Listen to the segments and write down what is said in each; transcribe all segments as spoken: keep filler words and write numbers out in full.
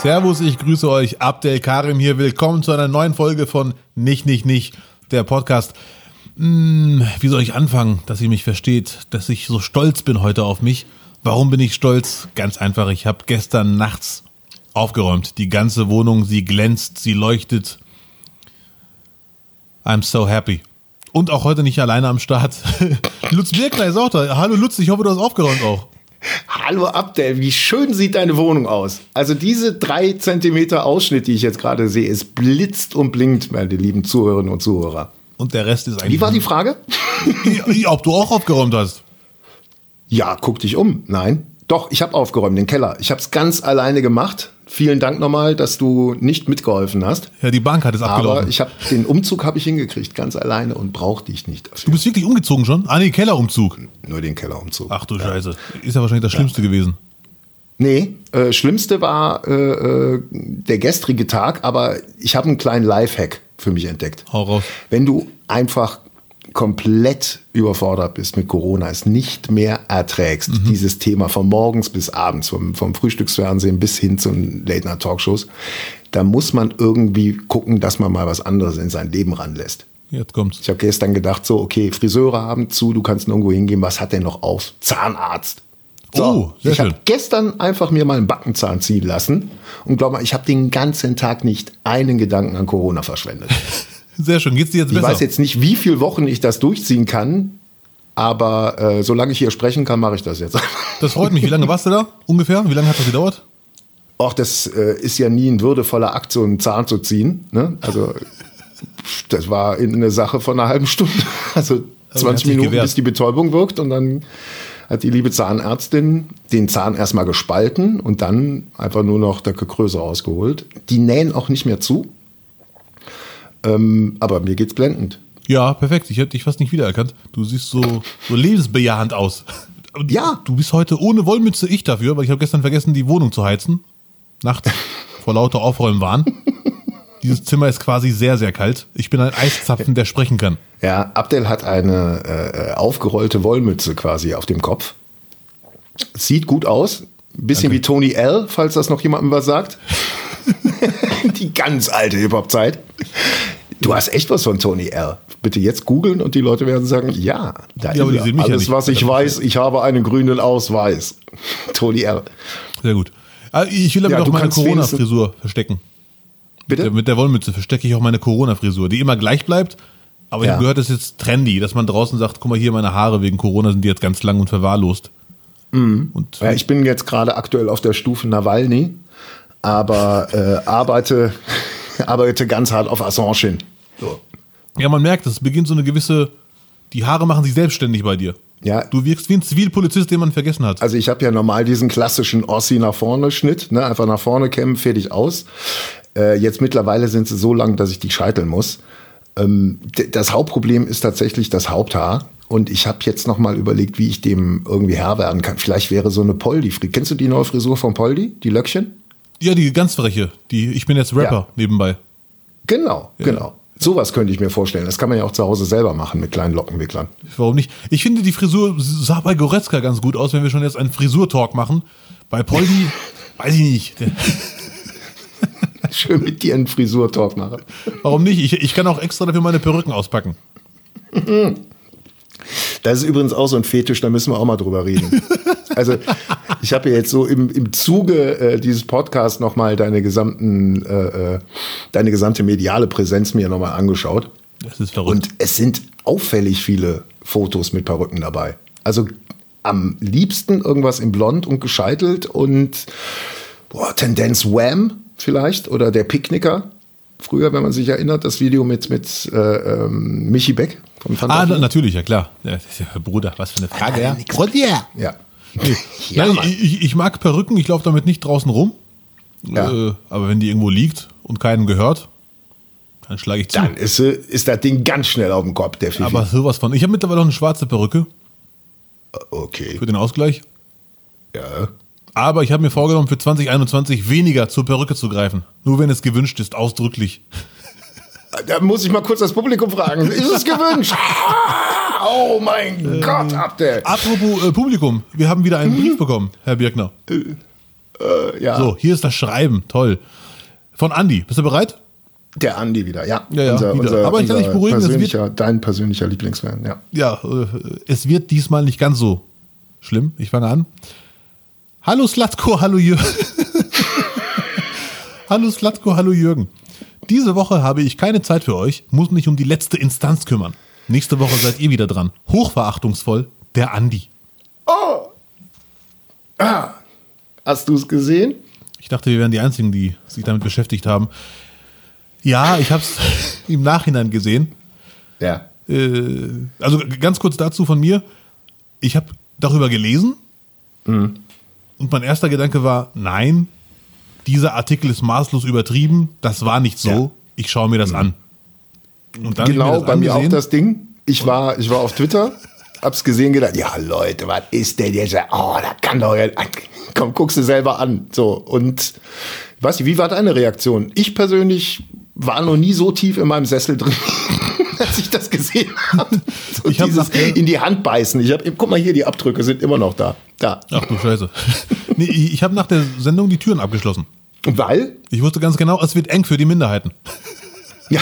Servus, ich grüße euch, Abdel Karim hier. Willkommen zu einer neuen Folge von Nicht, Nicht, Nicht, der Podcast. Hm, wie soll ich anfangen, dass ihr mich versteht, dass ich so stolz bin heute auf mich? Warum bin ich stolz? Ganz einfach, ich habe gestern nachts aufgeräumt. Die ganze Wohnung, sie glänzt, sie leuchtet. I'm so happy. Und auch heute nicht alleine am Start. Lutz Birkner ist auch da. Hallo Lutz, ich hoffe, du hast aufgeräumt auch. Hallo Abdel, wie schön sieht deine Wohnung aus? Also diese drei Zentimeter Ausschnitt, die ich jetzt gerade sehe, es blitzt und blinkt, meine lieben Zuhörerinnen und Zuhörer. Und der Rest ist eigentlich... Wie war die Frage? Ob du auch aufgeräumt hast. Ja, guck dich um. Nein. Doch, ich habe aufgeräumt, den Keller. Ich habe es ganz alleine gemacht. Vielen Dank nochmal, dass du nicht mitgeholfen hast. Ja, die Bank hat es abgelaufen. Aber ich habe den Umzug habe ich hingekriegt, ganz alleine und brauchte dich nicht dafür. Du bist wirklich umgezogen schon? Ah, nee, Kellerumzug. Nur den Kellerumzug. Ach du ja. Scheiße. Ist ja wahrscheinlich das Schlimmste ja. gewesen. Nee, äh, Schlimmste war äh, der gestrige Tag, aber ich habe einen kleinen Lifehack für mich entdeckt. Hau raus. Wenn du einfach komplett überfordert bist mit Corona, es nicht mehr erträgst, mhm. dieses Thema von morgens bis abends, vom, vom Frühstücksfernsehen bis hin zu den Late-Night-Talkshows, da muss man irgendwie gucken, dass man mal was anderes in sein Leben ranlässt. Jetzt kommt's. Ich habe gestern gedacht, so, okay, Friseure haben zu, du kannst nirgendwo hingehen, was hat denn noch auf? Zahnarzt. So, oh, sehr ich habe gestern einfach mir mal einen Backenzahn ziehen lassen und glaub mal, ich habe den ganzen Tag nicht einen Gedanken an Corona verschwendet. Sehr schön, geht's dir jetzt besser? Ich weiß jetzt nicht, wie viele Wochen ich das durchziehen kann, aber äh, solange ich hier sprechen kann, mache ich das jetzt. Das freut mich. Wie lange warst du da ungefähr? Wie lange hat das gedauert? Ach, das äh, ist ja nie ein würdevoller Akt, so einen Zahn zu ziehen. Ne? Also das war eine Sache von einer halben Stunde. Also zwanzig Minuten, bis die Betäubung wirkt und dann hat die liebe Zahnärztin den Zahn erstmal gespalten und dann einfach nur noch der Gekröse rausgeholt. Die nähen auch nicht mehr zu. Ähm, aber mir geht's blendend. Ja, perfekt. Ich hätte dich fast nicht wiedererkannt. Du siehst so, so lebensbejahend aus. Ja. Du bist heute ohne Wollmütze, ich dafür, weil ich habe gestern vergessen, die Wohnung zu heizen. Nachts vor lauter Aufräumen waren. Dieses Zimmer ist quasi sehr, sehr kalt. Ich bin ein Eiszapfen, der sprechen kann. Ja, Abdel hat eine äh, aufgerollte Wollmütze quasi auf dem Kopf. Sieht gut aus. Ein bisschen Danke. Wie Tony L., falls das noch jemandem was sagt. Die ganz alte Hip-Hop-Zeit. Du hast echt was von Tony L. Bitte jetzt googeln und die Leute werden sagen, ja, da ja, ist er. Alles, ja was ich weiß, ich habe einen grünen Ausweis. Tony L. Sehr gut. Ich will aber ja, doch meine Corona-Frisur verstecken. Bitte? Mit der, mit der Wollmütze verstecke ich auch meine Corona-Frisur, die immer gleich bleibt. Aber ja. ich habe gehört, das ist jetzt trendy, dass man draußen sagt, guck mal hier, meine Haare wegen Corona sind die jetzt ganz lang und verwahrlost. Mhm. Und ja, ich bin jetzt gerade aktuell auf der Stufe Nawalny, aber äh, arbeite, arbeite ganz hart auf Assange hin. So. Ja, man merkt, es beginnt so eine gewisse, die Haare machen sich selbstständig bei dir. Ja. Du wirkst wie ein Zivilpolizist, den man vergessen hat. Also ich habe ja normal diesen klassischen Ossi nach vorne Schnitt, ne? Einfach nach vorne kämmen, fertig aus. Äh, jetzt mittlerweile sind sie so lang, dass ich die scheiteln muss. Ähm, d- das Hauptproblem ist tatsächlich das Haupthaar. Und ich habe jetzt noch mal überlegt, wie ich dem irgendwie Herr werden kann. Vielleicht wäre so eine Poldi-Frisur. Kennst du die neue Frisur von Poldi? Die Löckchen? Ja, die ganz freche. Die, ich bin jetzt Rapper ja. nebenbei. Genau, ja. genau. Sowas könnte ich mir vorstellen. Das kann man ja auch zu Hause selber machen mit kleinen Lockenwicklern. Warum nicht? Ich finde, die Frisur sah bei Goretzka ganz gut aus, wenn wir schon jetzt einen Frisurtalk machen. Bei Poldi, weiß ich nicht. Schön mit dir einen Frisurtalk machen. Warum nicht? Ich, ich kann auch extra dafür meine Perücken auspacken. Das ist übrigens auch so ein Fetisch, da müssen wir auch mal drüber reden. Also ich habe ja jetzt so im, im Zuge äh, dieses Podcasts nochmal deine gesamten, äh, deine gesamte mediale Präsenz mir nochmal angeschaut. Das ist verrückt. Und es sind auffällig viele Fotos mit Perücken dabei. Also am liebsten irgendwas in Blond und gescheitelt und boah, Tendenz Wham vielleicht oder der Picknicker. Früher, wenn man sich erinnert, das Video mit, mit äh, ähm, Michi Beck vom Ah, na, natürlich, ja klar. Ja, das ist ja, Bruder, was für eine Frage, ja. Ja. ja. Nee. ja Nein, ich, ich mag Perücken, ich laufe damit nicht draußen rum. Ja. Äh, aber wenn die irgendwo liegt und keinem gehört, dann schlage ich zu. Dann ist, ist das Ding ganz schnell auf dem Kopf, der Fifi. Aber sowas von. Ich habe mittlerweile noch eine schwarze Perücke. Okay. Für den Ausgleich. Ja. Aber ich habe mir vorgenommen, für zwanzig einundzwanzig weniger zur Perücke zu greifen. Nur wenn es gewünscht ist, ausdrücklich. Da muss ich mal kurz das Publikum fragen. Ist es gewünscht? Oh mein äh, Gott, Abdel. Apropos äh, Publikum, wir haben wieder einen Brief bekommen, Herr Birkner. Äh, Äh, ja. So, hier ist das Schreiben. Toll. Von Andi. Bist du bereit? Der Andi wieder, ja. Ja, ja unser, wieder. Unser, Aber ich kann dich beruhigen, es wird dein persönlicher Lieblingsfan, ja. Ja, es wird diesmal nicht ganz so schlimm. Ich fange an. Hallo Slatko, hallo Jürgen. Hallo Slatko, hallo Jürgen. Diese Woche habe ich keine Zeit für euch, muss mich um die letzte Instanz kümmern. Nächste Woche seid ihr wieder dran. Hochverachtungsvoll, der Andi. Oh! Ah! Hast du es gesehen? Ich dachte, wir wären die Einzigen, die sich damit beschäftigt haben. Ja, ich habe es im Nachhinein gesehen. Ja. Äh, also ganz kurz dazu von mir. Ich habe darüber gelesen mhm. und mein erster Gedanke war, nein, dieser Artikel ist maßlos übertrieben, das war nicht so, ja. Ich schaue mir das mhm. an. Und dann genau, mir bei mir auch das Ding. Ich war, ich war auf Twitter, hab's gesehen, gedacht, ja Leute, was ist denn jetzt? Oh, da kann doch ja, komm, guck's dir selber an. So, und weißt du, wie war deine Reaktion? Ich persönlich war noch nie so tief in meinem Sessel drin, als ich das gesehen habe. So ich hab dieses nach, in die Hand beißen. Ich hab, guck mal hier, die Abdrücke sind immer noch da. da. Ach du Scheiße. Nee, ich habe nach der Sendung die Türen abgeschlossen. Weil? Ich wusste ganz genau, es wird eng für die Minderheiten. Ja.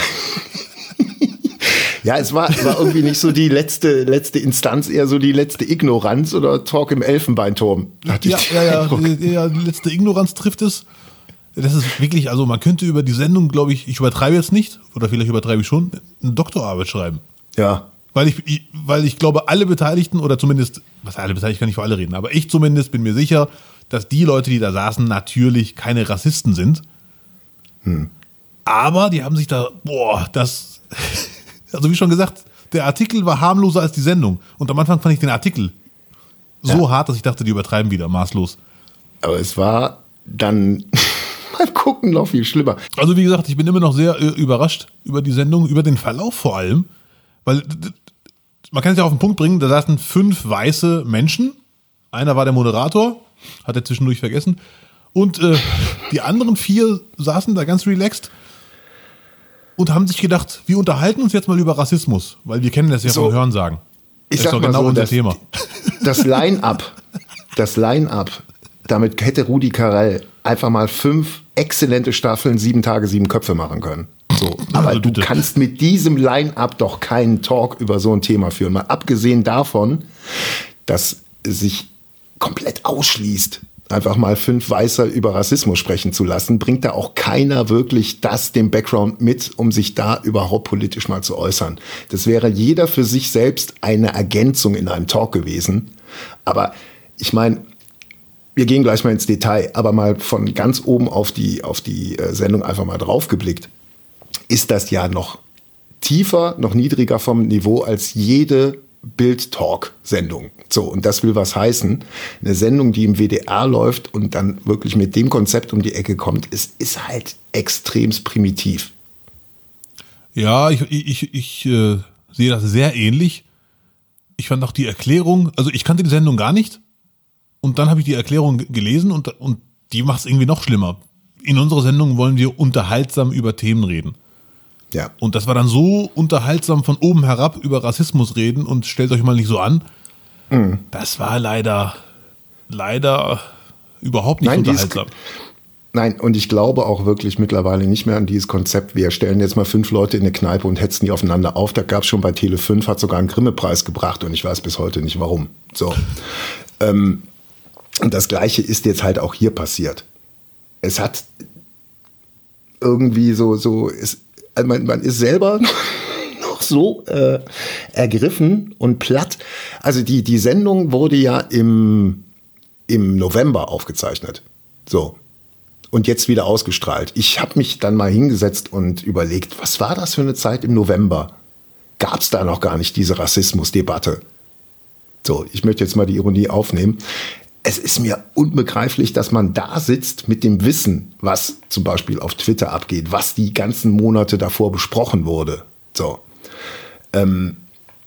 Ja, es war, war irgendwie nicht so die letzte, letzte Instanz, eher so die letzte Ignoranz oder Talk im Elfenbeinturm. Ja, ja, ja, die, ja, die letzte Ignoranz trifft es. Das ist wirklich, also man könnte über die Sendung, glaube ich, ich übertreibe jetzt nicht, oder vielleicht übertreibe ich schon, eine Doktorarbeit schreiben. Ja. Weil ich, ich, weil ich glaube, alle Beteiligten, oder zumindest, was alle Beteiligten, kann ich für alle reden, aber ich zumindest bin mir sicher, dass die Leute, die da saßen, natürlich keine Rassisten sind. Hm. Aber die haben sich da, boah, das, also wie schon gesagt, der Artikel war harmloser als die Sendung. Und am Anfang fand ich den Artikel so ja. hart, dass ich dachte, die übertreiben wieder, maßlos. Aber es war dann beim Gucken noch viel schlimmer. Also wie gesagt, ich bin immer noch sehr äh, überrascht über die Sendung, über den Verlauf vor allem. Weil man kann es ja auf den Punkt bringen, da saßen fünf weiße Menschen. Einer war der Moderator, hat er zwischendurch vergessen. Und äh, die anderen vier saßen da ganz relaxed und haben sich gedacht, wir unterhalten uns jetzt mal über Rassismus, weil wir kennen das ja so, vom Hörensagen. Das ich sag ist doch mal genau so, unser das, Thema. Das Line-Up, das Line-Up, damit hätte Rudi Carrell einfach mal fünf exzellente Staffeln, sieben Tage, sieben Köpfe machen können. So. Aber also du kannst mit diesem Line-Up doch keinen Talk über so ein Thema führen. Mal abgesehen davon, dass sich komplett ausschließt, einfach mal fünf Weiße über Rassismus sprechen zu lassen, bringt da auch keiner wirklich das, den Background mit, um sich da überhaupt politisch mal zu äußern. Das wäre jeder für sich selbst eine Ergänzung in einem Talk gewesen. Aber ich meine, wir gehen gleich mal ins Detail, aber mal von ganz oben auf die, auf die Sendung einfach mal drauf geblickt, ist das ja noch tiefer, noch niedriger vom Niveau als jede Bild-Talk-Sendung. So, und das will was heißen. Eine Sendung, die im W D R läuft und dann wirklich mit dem Konzept um die Ecke kommt, ist, ist halt extremst primitiv. Ja, ich, ich, ich äh, sehe das sehr ähnlich. Ich fand auch die Erklärung, also ich kannte die Sendung gar nicht und dann habe ich die Erklärung gelesen und, und die macht es irgendwie noch schlimmer. In unserer Sendung wollen wir unterhaltsam über Themen reden. Ja. Und das war dann so unterhaltsam von oben herab über Rassismus reden und stellt euch mal nicht so an. Mhm. Das war leider, leider überhaupt nicht Nein, unterhaltsam. Dieses, nein, und ich glaube auch wirklich mittlerweile nicht mehr an dieses Konzept. Wir stellen jetzt mal fünf Leute in eine Kneipe und hetzen die aufeinander auf. Da gab es schon bei Tele fünf, hat sogar einen Grimme-Preis gebracht und ich weiß bis heute nicht warum. So. ähm, und das Gleiche ist jetzt halt auch hier passiert. Es hat irgendwie so, so ist, also man, man ist selber noch so äh, ergriffen und platt. Also die, die Sendung wurde ja im, im November aufgezeichnet. So. Und jetzt wieder ausgestrahlt. Ich habe mich dann mal hingesetzt und überlegt, was war das für eine Zeit im November? Gab es da noch gar nicht diese Rassismusdebatte? So, ich möchte jetzt mal die Ironie aufnehmen. Es ist mir unbegreiflich, dass man da sitzt mit dem Wissen, was zum Beispiel auf Twitter abgeht, was die ganzen Monate davor besprochen wurde. So. Ähm,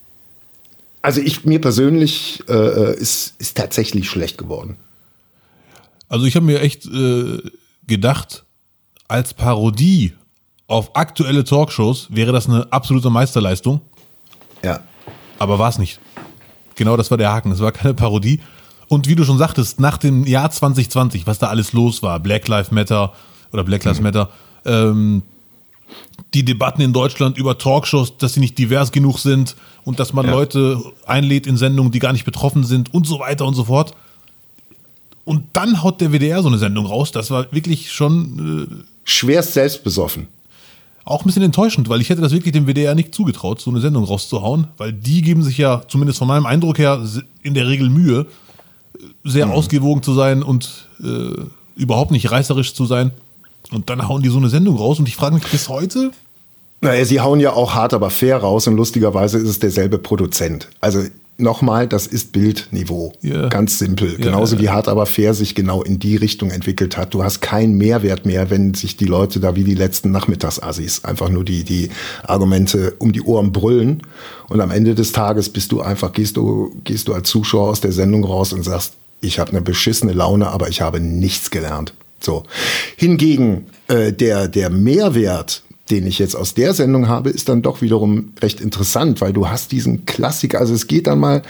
also ich, mir persönlich äh, ist, ist tatsächlich schlecht geworden. Also ich habe mir echt äh, gedacht, als Parodie auf aktuelle Talkshows wäre das eine absolute Meisterleistung. Ja. Aber war es nicht. Genau das war der Haken. Es war keine Parodie. Und wie du schon sagtest, nach dem Jahr zwanzig zwanzig, was da alles los war, Black Lives Matter oder Black Lives mhm. Matter, ähm, die Debatten in Deutschland über Talkshows, dass sie nicht divers genug sind und dass man ja. Leute einlädt in Sendungen, die gar nicht betroffen sind und so weiter und so fort. Und dann haut der W D R so eine Sendung raus, das war wirklich schon... Äh, schwerst selbstbesoffen. Auch ein bisschen enttäuschend, weil ich hätte das wirklich dem W D R nicht zugetraut, so eine Sendung rauszuhauen, weil die geben sich ja, zumindest von meinem Eindruck her, in der Regel Mühe, sehr mhm. ausgewogen zu sein und äh, überhaupt nicht reißerisch zu sein. Und dann hauen die so eine Sendung raus und ich frage mich bis heute... Naja, sie hauen ja auch hart, aber fair raus und lustigerweise ist es derselbe Produzent. Also nochmal, das ist Bildniveau. Yeah. Ganz simpel. Yeah, Genauso yeah. wie hart, aber fair sich genau in die Richtung entwickelt hat. Du hast keinen Mehrwert mehr, wenn sich die Leute da wie die letzten Nachmittagsassis einfach nur die, die Argumente um die Ohren brüllen. Und am Ende des Tages bist du einfach, gehst du, gehst du als Zuschauer aus der Sendung raus und sagst, ich habe eine beschissene Laune, aber ich habe nichts gelernt. So. Hingegen äh, der, der Mehrwert, den ich jetzt aus der Sendung habe, ist dann doch wiederum recht interessant, weil du hast diesen Klassiker, also es geht dann mal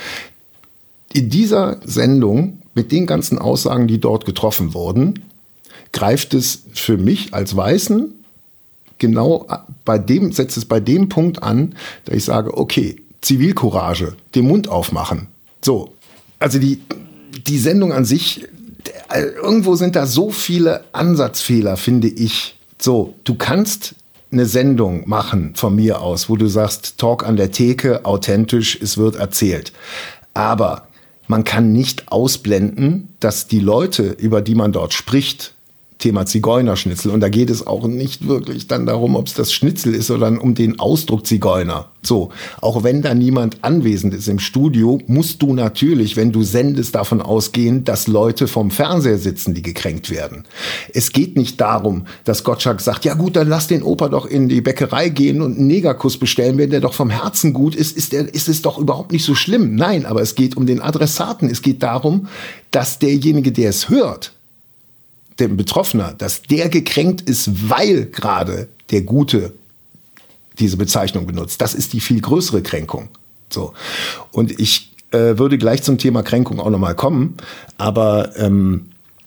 in dieser Sendung mit den ganzen Aussagen, die dort getroffen wurden, greift es für mich als Weißen genau bei dem, setzt es bei dem Punkt an, da ich sage, okay, Zivilcourage, den Mund aufmachen. So, also die, die Sendung an sich, irgendwo sind da so viele Ansatzfehler, finde ich. So, du kannst eine Sendung machen von mir aus, wo du sagst, Talk an der Theke, authentisch, es wird erzählt. Aber man kann nicht ausblenden, dass die Leute, über die man dort spricht, Thema Zigeunerschnitzel, und da geht es auch nicht wirklich dann darum, ob es das Schnitzel ist oder um den Ausdruck Zigeuner. So, auch wenn da niemand anwesend ist im Studio, musst du natürlich, wenn du sendest, davon ausgehen, dass Leute vom Fernseher sitzen, die gekränkt werden. Es geht nicht darum, dass Gottschalk sagt, ja gut, dann lass den Opa doch in die Bäckerei gehen und einen Negerkuss bestellen, wenn der doch vom Herzen gut ist, ist, der, ist es doch überhaupt nicht so schlimm. Nein, aber es geht um den Adressaten. Es geht darum, dass derjenige, der es hört, der Betroffener, dass der gekränkt ist, weil gerade der Gute diese Bezeichnung benutzt. Das ist die viel größere Kränkung. So. Und ich äh, würde gleich zum Thema Kränkung auch nochmal kommen, aber ähm,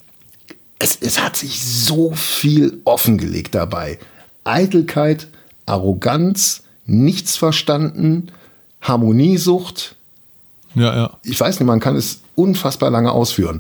es, es hat sich so viel offengelegt dabei. Eitelkeit, Arroganz, nichts verstanden, Harmoniesucht. Ja, ja. Ich weiß nicht, man kann es unfassbar lange ausführen.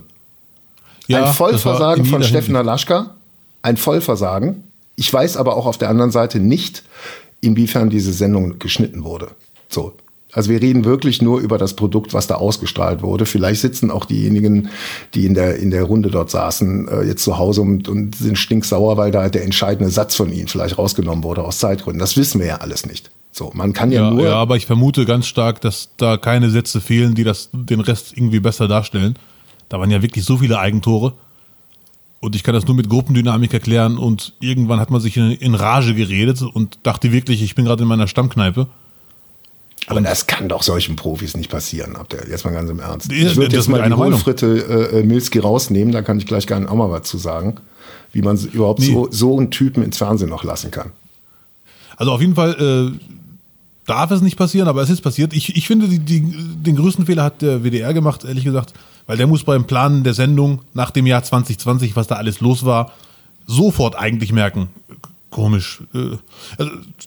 Ja, ein Vollversagen von Steffen Halaschka, ein Vollversagen. Ich weiß aber auch auf der anderen Seite nicht, inwiefern diese Sendung geschnitten wurde. So. Also wir reden wirklich nur über das Produkt, was da ausgestrahlt wurde. Vielleicht sitzen auch diejenigen, die in der, in der Runde dort saßen, äh, jetzt zu Hause und, und sind stinksauer, weil da halt der entscheidende Satz von ihnen vielleicht rausgenommen wurde aus Zeitgründen. Das wissen wir ja alles nicht. So, man kann ja, ja nur... Ja, aber ich vermute ganz stark, dass da keine Sätze fehlen, die das, den Rest irgendwie besser darstellen. Da waren ja wirklich so viele Eigentore. Und ich kann das nur mit Gruppendynamik erklären. Und irgendwann hat man sich in, in Rage geredet und dachte wirklich, ich bin gerade in meiner Stammkneipe. Aber und das kann doch solchen Profis nicht passieren. Habt ihr jetzt mal ganz im Ernst. Ich würde jetzt mal die Wolfritte äh, Milski rausnehmen, da kann ich gleich gar nicht auch mal was zu sagen, wie man überhaupt nee. so, so einen Typen ins Fernsehen noch lassen kann. Also auf jeden Fall äh, darf es nicht passieren, aber es ist passiert. Ich, ich finde, die, die, den größten Fehler hat der W D R gemacht, ehrlich gesagt, weil der muss beim Planen der Sendung nach dem Jahr zwanzig zwanzig, was da alles los war, sofort eigentlich merken, komisch, äh, also,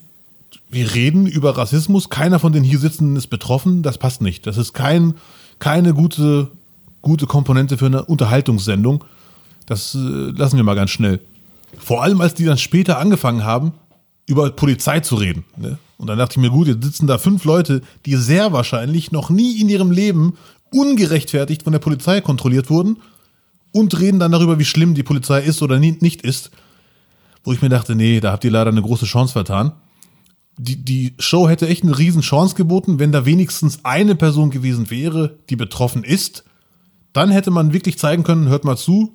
wir reden über Rassismus, keiner von den hier Sitzenden ist betroffen, das passt nicht. Das ist kein, keine gute, gute Komponente für eine Unterhaltungssendung. Das äh, lassen wir mal ganz schnell. Vor allem, als die dann später angefangen haben, über Polizei zu reden. Ne? Und dann dachte ich mir, gut, jetzt sitzen da fünf Leute, die sehr wahrscheinlich noch nie in ihrem Leben ungerechtfertigt von der Polizei kontrolliert wurden und reden dann darüber, wie schlimm die Polizei ist oder nie, nicht ist. Wo ich mir dachte, nee, da habt ihr leider eine große Chance vertan. Die, die Show hätte echt eine riesen Chance geboten, wenn da wenigstens eine Person gewesen wäre, die betroffen ist. Dann hätte man wirklich zeigen können, hört mal zu,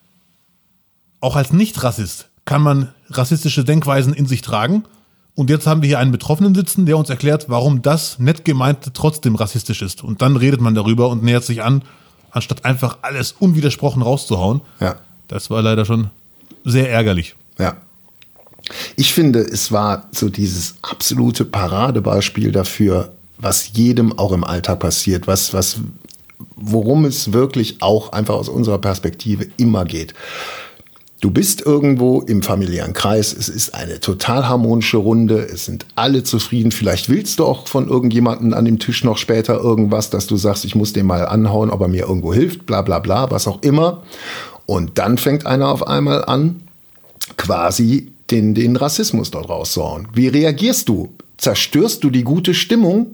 auch als Nicht-Rassist kann man rassistische Denkweisen in sich tragen. Und jetzt haben wir hier einen Betroffenen sitzen, der uns erklärt, warum das nett gemeinte trotzdem rassistisch ist. Und dann redet man darüber und nähert sich an, anstatt einfach alles unwidersprochen rauszuhauen. Ja. Das war leider schon sehr ärgerlich. Ja. Ich finde, es war so dieses absolute Paradebeispiel dafür, was jedem auch im Alltag passiert, was, was, worum es wirklich auch einfach aus unserer Perspektive immer geht. Du bist irgendwo im familiären Kreis, es ist eine total harmonische Runde, es sind alle zufrieden, vielleicht willst du auch von irgendjemandem an dem Tisch noch später irgendwas, dass du sagst, ich muss den mal anhauen, ob er mir irgendwo hilft, bla bla bla, was auch immer. Und dann fängt einer auf einmal an, quasi den, den Rassismus dort rauszuhauen. Wie reagierst du? Zerstörst du die gute Stimmung?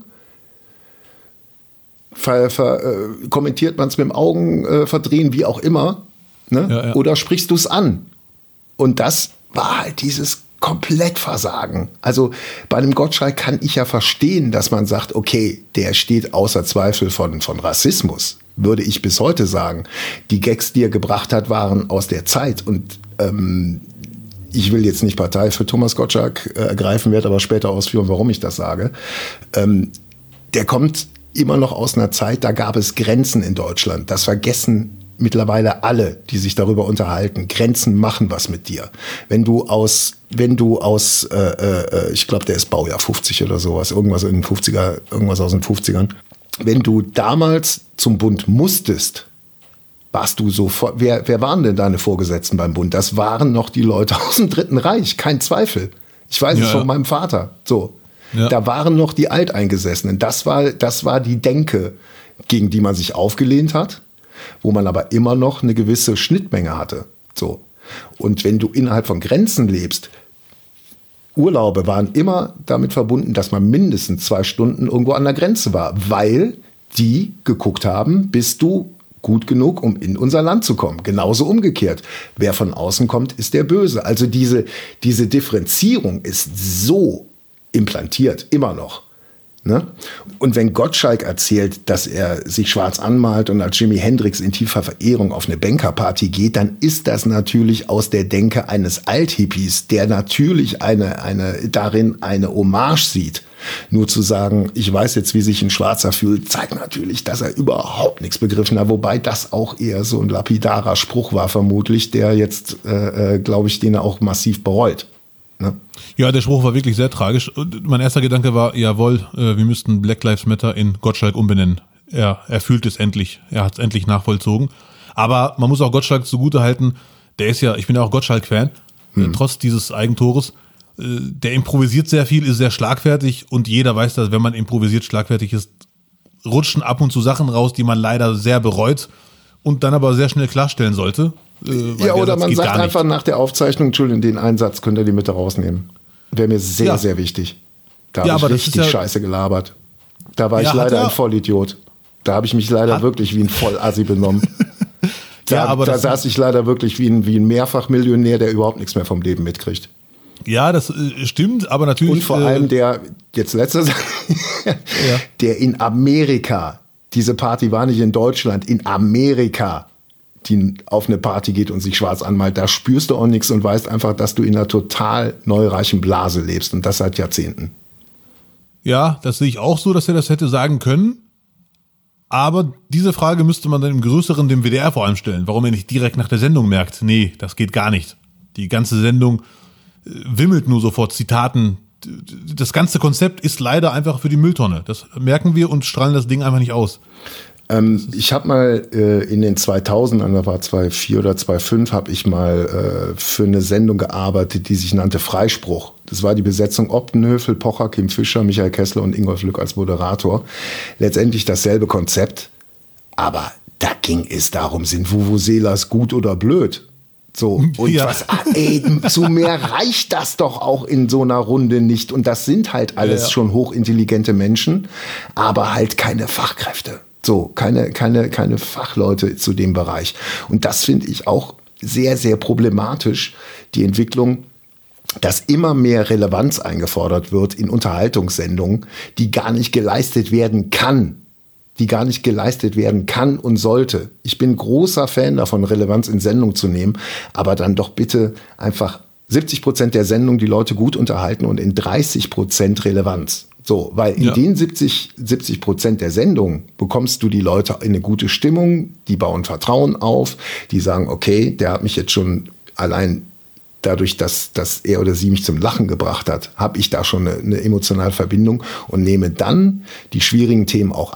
Ver, ver, äh, kommentiert man es mit dem Augen äh, verdrehen, wie auch immer? Ne? Ja, ja. Oder sprichst du es an? Und das war halt dieses Komplettversagen. Also bei einem Gottschalk kann ich ja verstehen, dass man sagt, okay, der steht außer Zweifel von, von Rassismus, würde ich bis heute sagen. Die Gags, die er gebracht hat, waren aus der Zeit. Und ähm, ich will jetzt nicht Partei für Thomas Gottschalk äh, ergreifen, werde aber später ausführen, warum ich das sage. Ähm, der kommt immer noch aus einer Zeit, da gab es Grenzen in Deutschland. Das vergessen mittlerweile alle, die sich darüber unterhalten. Grenzen machen was mit dir. Wenn du aus, wenn du aus, äh, äh, ich glaube, der ist Baujahr fünfzig oder sowas, irgendwas in den fünfziger, irgendwas aus den fünfzigern. Wenn du damals zum Bund musstest, warst du sofort, wer, wer waren denn deine Vorgesetzten beim Bund? Das waren noch die Leute aus dem Dritten Reich, kein Zweifel. Ich weiß ja, es von ja. meinem Vater. So. Ja. Da waren noch die Alteingesessenen. Das war, das war die Denke, gegen die man sich aufgelehnt hat, wo man aber immer noch eine gewisse Schnittmenge hatte. So. Und wenn du innerhalb von Grenzen lebst, Urlaube waren immer damit verbunden, dass man mindestens zwei Stunden irgendwo an der Grenze war, weil die geguckt haben, bist du gut genug, um in unser Land zu kommen. Genauso umgekehrt. Wer von außen kommt, ist der Böse. Also diese, diese Differenzierung ist so implantiert, immer noch. Ne? Und wenn Gottschalk erzählt, dass er sich schwarz anmalt und als Jimi Hendrix in tiefer Verehrung auf eine Bankerparty geht, dann ist das natürlich aus der Denke eines Althippies, der natürlich eine, eine, darin eine Hommage sieht. Nur zu sagen, ich weiß jetzt, wie sich ein Schwarzer fühlt, zeigt natürlich, dass er überhaupt nichts begriffen hat. Wobei das auch eher so ein lapidarer Spruch war vermutlich, der jetzt, äh, äh, glaube ich, den er auch massiv bereut. Ne? Ja, der Spruch war wirklich sehr tragisch. Und mein erster Gedanke war, jawohl, wir müssten Black Lives Matter in Gottschalk umbenennen. Er, er fühlt es endlich. Er hat es endlich nachvollzogen. Aber man muss auch Gottschalk zugutehalten, der ist ja, ich bin ja auch Gottschalk-Fan, hm. trotz dieses Eigentores. Der improvisiert sehr viel, ist sehr schlagfertig und jeder weiß, dass wenn man improvisiert schlagfertig ist, rutschen ab und zu Sachen raus, die man leider sehr bereut und dann aber sehr schnell klarstellen sollte. Äh, ja, oder man sagt einfach nach der Aufzeichnung, Entschuldigung, den Einsatz könnt ihr die Mitte rausnehmen. Wäre mir sehr, ja. sehr wichtig. Da habe ja, ich richtig ja Scheiße gelabert. Da war ja, ich leider ein Vollidiot. Da habe ich mich leider hat wirklich wie ein Vollassi benommen. Da, ja, aber da saß ich leider wirklich wie ein, wie ein Mehrfachmillionär, der überhaupt nichts mehr vom Leben mitkriegt. Ja, das äh, stimmt, aber natürlich... Und vor äh, allem der, jetzt letzter Satz, ja. der in Amerika, diese Party war nicht in Deutschland, in Amerika, die auf eine Party geht und sich schwarz anmalt, da spürst du auch nichts und weißt einfach, dass du in einer total neureichen Blase lebst und das seit Jahrzehnten. Ja, das sehe ich auch so, dass er das hätte sagen können. Aber diese Frage müsste man dann im Größeren dem W D R vor allem stellen, warum er nicht direkt nach der Sendung merkt, nee, das geht gar nicht. Die ganze Sendung äh, wimmelt nur sofort Zitaten. Das ganze Konzept ist leider einfach für die Mülltonne. Das merken wir und strahlen das Ding einfach nicht aus. Ähm, ich habe mal äh, in den zweitausendern, da war zweitausendvier oder zweitausendfünf, habe ich mal äh, für eine Sendung gearbeitet, die sich nannte Freispruch. Das war die Besetzung Optenhöfel, Pocher, Kim Fischer, Michael Kessler und Ingolf Lück als Moderator. Letztendlich dasselbe Konzept, aber da ging es darum, sind Vuvuzelas gut oder blöd? So, und ja. was, ah, ey, zu mehr reicht das doch auch in so einer Runde nicht. Und das sind halt alles ja, ja. schon hochintelligente Menschen, aber halt keine Fachkräfte. So, keine, keine, keine Fachleute zu dem Bereich. Und das finde ich auch sehr, sehr problematisch, die Entwicklung, dass immer mehr Relevanz eingefordert wird in Unterhaltungssendungen, die gar nicht geleistet werden kann. die gar nicht geleistet werden kann und sollte. Ich bin großer Fan davon, Relevanz in Sendung zu nehmen, aber dann doch bitte einfach siebzig Prozent der Sendung die Leute gut unterhalten und in dreißig Prozent Relevanz. So, weil in ja. den siebzig Prozent der Sendung bekommst du die Leute in eine gute Stimmung, die bauen Vertrauen auf, die sagen, okay, der hat mich jetzt schon allein dadurch, dass, dass er oder sie mich zum Lachen gebracht hat, habe ich da schon eine, eine emotionale Verbindung und nehme dann die schwierigen Themen auch an.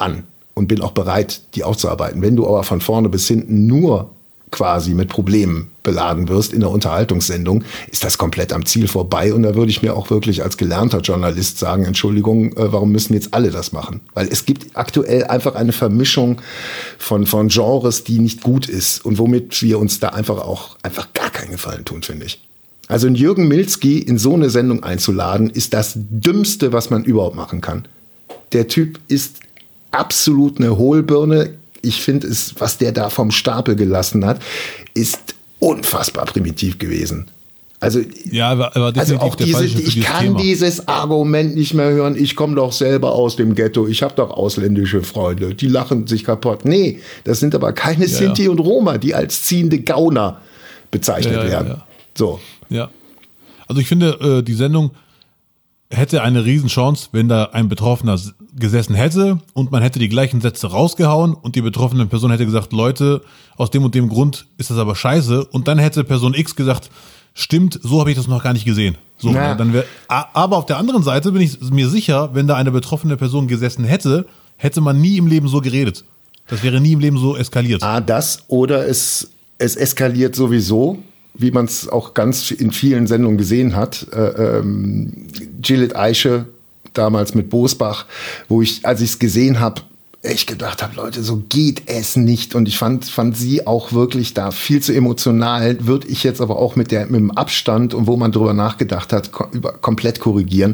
und bin auch bereit, die aufzuarbeiten. Wenn du aber von vorne bis hinten nur quasi mit Problemen beladen wirst in der Unterhaltungssendung, ist das komplett am Ziel vorbei. Und da würde ich mir auch wirklich als gelernter Journalist sagen, Entschuldigung, äh, warum müssen jetzt alle das machen? Weil es gibt aktuell einfach eine Vermischung von, von Genres, die nicht gut ist und womit wir uns da einfach auch einfach gar keinen Gefallen tun, finde ich. Also einen Jürgen Milzki in so eine Sendung einzuladen, ist das Dümmste, was man überhaupt machen kann. Der Typ ist absolut eine Hohlbirne. Ich finde es, was der da vom Stapel gelassen hat, ist unfassbar primitiv gewesen. Also, ja, aber, aber also auch diese, ich kann Thema. dieses Argument nicht mehr hören, ich komme doch selber aus dem Ghetto, ich habe doch ausländische Freunde, die lachen sich kaputt. Nee, das sind aber keine ja, Sinti ja. und Roma, die als ziehende Gauner bezeichnet ja, ja, werden. Ja. So. Ja. Also ich finde, die Sendung hätte eine Riesenchance, wenn da ein Betroffener gesessen hätte und man hätte die gleichen Sätze rausgehauen und die betroffene Person hätte gesagt, Leute, aus dem und dem Grund ist das aber scheiße, und dann hätte Person X gesagt, stimmt, so habe ich das noch gar nicht gesehen. So, ja. dann wär, aber auf der anderen Seite bin ich mir sicher, wenn da eine betroffene Person gesessen hätte, hätte man nie im Leben so geredet. Das wäre nie im Leben so eskaliert. Ah, das oder es, es eskaliert sowieso, wie man es auch ganz in vielen Sendungen gesehen hat. Äh, ähm, Gillet Eiche, damals mit Bosbach, wo ich, als ich es gesehen habe, echt gedacht habe, Leute, so geht es nicht. Und ich fand, fand sie auch wirklich da viel zu emotional. Würde ich jetzt aber auch mit, der, mit dem Abstand und wo man drüber nachgedacht hat, kom- über, komplett korrigieren.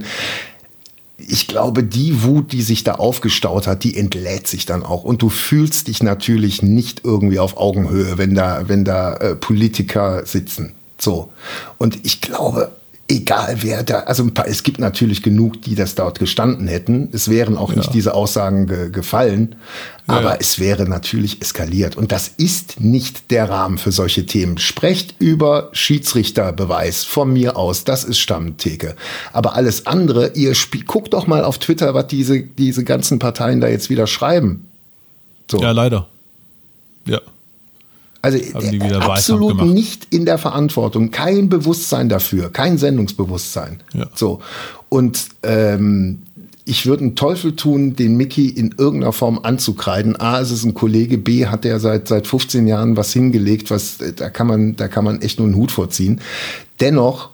Ich glaube, die Wut, die sich da aufgestaut hat, die entlädt sich dann auch. Und du fühlst dich natürlich nicht irgendwie auf Augenhöhe, wenn da, wenn da äh, Politiker sitzen. So. Und ich glaube, egal wer da, also ein paar, es gibt natürlich genug, die das dort gestanden hätten. Es wären auch ja. nicht diese Aussagen ge, gefallen, ja, aber ja. es wäre natürlich eskaliert. Und das ist nicht der Rahmen für solche Themen. Sprecht über Schiedsrichterbeweis von mir aus, das ist Stammtheke. Aber alles andere, ihr spielt, guckt doch mal auf Twitter, was diese, diese ganzen Parteien da jetzt wieder schreiben. So. Ja, leider. Ja. Also absolut nicht in der Verantwortung, kein Bewusstsein dafür, kein Sendungsbewusstsein. Ja. So. Und ähm, ich würde einen Teufel tun, den Mickey in irgendeiner Form anzukreiden. A, es ist ein Kollege, B, hat der seit seit fünfzehn Jahren was hingelegt, was da kann man da kann man echt nur einen Hut vorziehen. Dennoch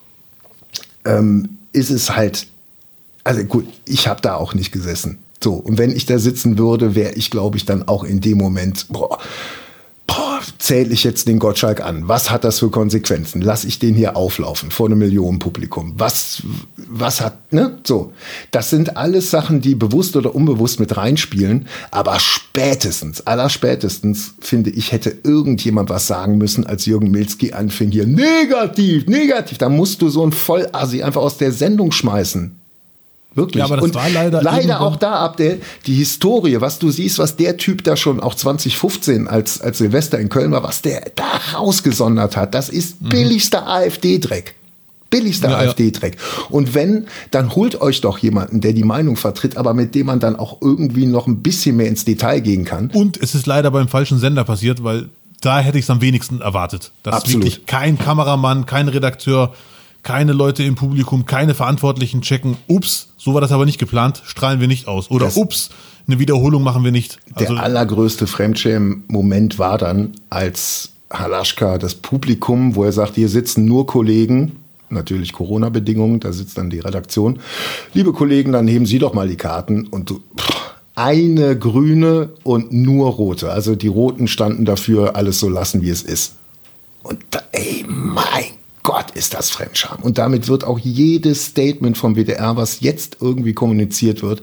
ähm, ist es halt, also gut, ich habe da auch nicht gesessen. So, und wenn ich da sitzen würde, wäre ich, glaube ich, dann auch in dem Moment, boah, Boah, zähle ich jetzt den Gottschalk an? Was hat das für Konsequenzen? Lass ich den hier auflaufen vor einem Millionenpublikum? Was, was hat, ne? So. Das sind alles Sachen, die bewusst oder unbewusst mit reinspielen. Aber spätestens, allerspätestens, finde ich, hätte irgendjemand was sagen müssen, als Jürgen Milzki anfing hier. Negativ, negativ. Da musst du so ein Vollassi einfach aus der Sendung schmeißen. Wirklich. Ja, aber das und war leider, leider auch da, Abdel, die Historie, was du siehst, was der Typ da schon auch zwanzig fünfzehn als, als Silvester in Köln war, was der da rausgesondert hat, das ist mhm. billigster AfD-Dreck. Billigster ja, AfD-Dreck. Ja. Und wenn, dann holt euch doch jemanden, der die Meinung vertritt, aber mit dem man dann auch irgendwie noch ein bisschen mehr ins Detail gehen kann. Und es ist leider beim falschen Sender passiert, weil da hätte ich es am wenigsten erwartet. Dass Absolut. Wirklich kein Kameramann, kein Redakteur, keine Leute im Publikum, keine Verantwortlichen checken. Ups, so war das aber nicht geplant, strahlen wir nicht aus. Oder das ups, eine Wiederholung machen wir nicht. Also der allergrößte Fremdschämen-Moment war dann, als Halaschka das Publikum, wo er sagt, hier sitzen nur Kollegen, natürlich Corona-Bedingungen, da sitzt dann die Redaktion. Liebe Kollegen, dann heben Sie doch mal die Karten. Und du, pff, eine grüne und nur rote. Also die roten standen dafür, alles so lassen, wie es ist. Und da, ey, mein Gott, ist das Fremdscham. Und damit wird auch jedes Statement vom W D R, was jetzt irgendwie kommuniziert wird,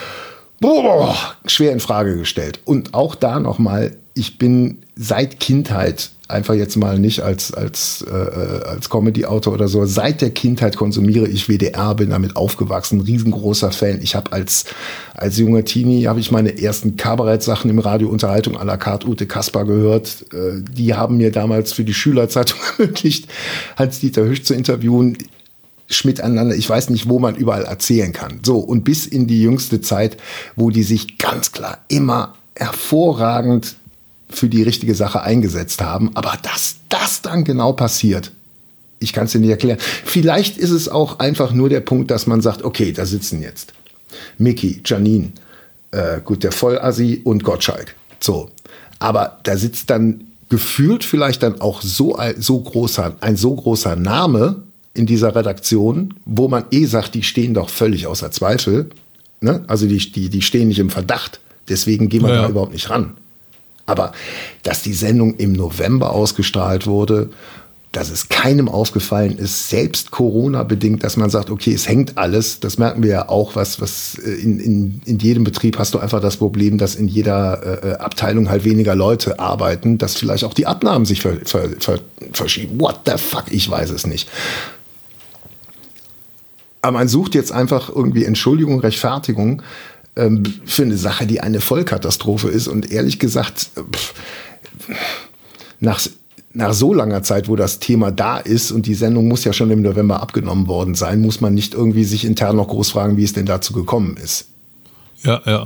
boah, schwer in Frage gestellt. Und auch da nochmal, ich bin seit Kindheit, einfach jetzt mal nicht als, als, äh, als Comedy-Autor oder so, seit der Kindheit konsumiere ich W D R, bin damit aufgewachsen, riesengroßer Fan. Ich habe als, als junger Teenie, habe ich meine ersten Kabarett-Sachen im Radio Unterhaltung à la carte Ute Kasper gehört. Äh, die haben mir damals für die Schülerzeitung ermöglicht, Hans-Dieter Hüsch zu interviewen. Schmidt aneinander, ich weiß nicht, wo man überall erzählen kann. So, und bis in die jüngste Zeit, wo die sich ganz klar immer hervorragend für die richtige Sache eingesetzt haben. Aber dass das dann genau passiert, ich kann es dir nicht erklären. Vielleicht ist es auch einfach nur der Punkt, dass man sagt, okay, da sitzen jetzt Mickey, Janine, Äh, gut, der Vollassi und Gottschalk. So. Aber da sitzt dann gefühlt vielleicht dann auch so, so großer, ein so großer Name in dieser Redaktion, wo man eh sagt, die stehen doch völlig außer Zweifel. Ne? Also die, die, die stehen nicht im Verdacht. Deswegen gehen wir ja, da ja. überhaupt nicht ran. Aber dass die Sendung im November ausgestrahlt wurde, dass es keinem aufgefallen ist, selbst Corona-bedingt, dass man sagt, okay, es hängt alles, das merken wir ja auch, was, was in, in, in jedem Betrieb hast du einfach das Problem, dass in jeder äh, Abteilung halt weniger Leute arbeiten, dass vielleicht auch die Abnahmen sich ver, ver, ver, verschieben. What the fuck, ich weiß es nicht. Aber man sucht jetzt einfach irgendwie Entschuldigung, Rechtfertigung ähm, für eine Sache, die eine Vollkatastrophe ist. Und ehrlich gesagt, pff, nach, nach so langer Zeit, wo das Thema da ist und die Sendung muss ja schon im November abgenommen worden sein, muss man nicht irgendwie sich intern noch groß fragen, wie es denn dazu gekommen ist. Ja, ja.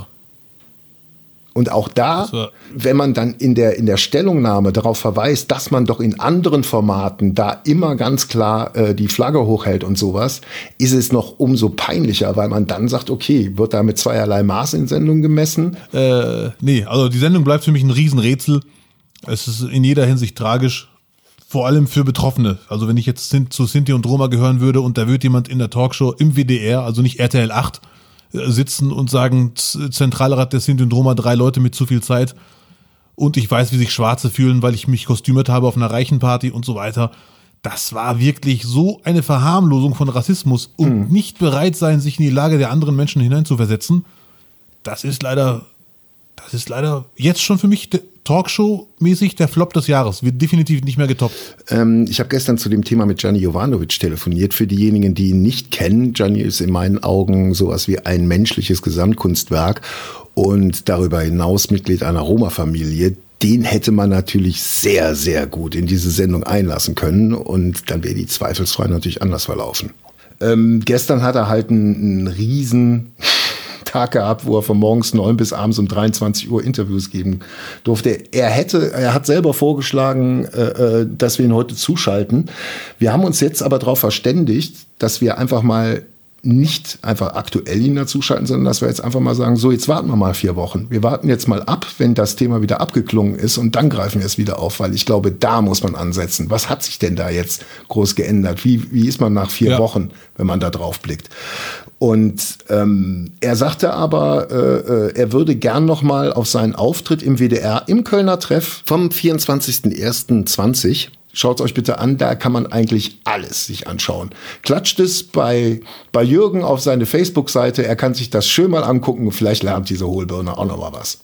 Und auch da, wenn man dann in der, in der Stellungnahme darauf verweist, dass man doch in anderen Formaten da immer ganz klar äh, die Flagge hochhält und sowas, ist es noch umso peinlicher, weil man dann sagt, okay, wird da mit zweierlei Maß in Sendung gemessen? Äh, nee, also die Sendung bleibt für mich ein Riesenrätsel. Es ist in jeder Hinsicht tragisch, vor allem für Betroffene. Also wenn ich jetzt zu Sinti und Roma gehören würde und da wird jemand in der Talkshow im W D R, also nicht R T L acht, sitzen und sagen, Zentralrat der Sinti und Roma, drei Leute mit zu viel Zeit und ich weiß, wie sich Schwarze fühlen, weil ich mich kostümiert habe auf einer Reichenparty und so weiter. Das war wirklich so eine Verharmlosung von Rassismus und mhm. nicht bereit sein, sich in die Lage der anderen Menschen hineinzuversetzen. Das ist leider, das ist leider jetzt schon für mich Talkshow-mäßig der Flop des Jahres. Wird definitiv nicht mehr getoppt. Ähm, ich habe gestern zu dem Thema mit Gianni Jovanovic telefoniert. Für diejenigen, die ihn nicht kennen, Gianni ist in meinen Augen sowas wie ein menschliches Gesamtkunstwerk und darüber hinaus Mitglied einer Roma-Familie. Den hätte man natürlich sehr, sehr gut in diese Sendung einlassen können und dann wäre die zweifelsfrei natürlich anders verlaufen. Ähm, gestern hat er halt einen, einen riesen Tag gehabt, wo er von morgens neun bis abends um dreiundzwanzig Uhr Interviews geben durfte. Er hätte, er hat selber vorgeschlagen, äh, dass wir ihn heute zuschalten. Wir haben uns jetzt aber darauf verständigt, dass wir einfach mal nicht einfach aktuell ihn dazuschalten, sondern dass wir jetzt einfach mal sagen, so, jetzt warten wir mal vier Wochen. Wir warten jetzt mal ab, wenn das Thema wieder abgeklungen ist und dann greifen wir es wieder auf, weil ich glaube, da muss man ansetzen. Was hat sich denn da jetzt groß geändert? Wie, wie ist man nach vier ja. Wochen, wenn man da drauf blickt? Und ähm, er sagte aber, äh, er würde gern noch mal auf seinen Auftritt im W D R im Kölner Treff vom vierundzwanzigsten ersten zwanzig. Schaut euch bitte an, da kann man eigentlich alles sich anschauen. Klatscht es bei, bei Jürgen auf seine Facebook-Seite, er kann sich das schön mal angucken und vielleicht lernt diese Hohlbirne auch noch mal was.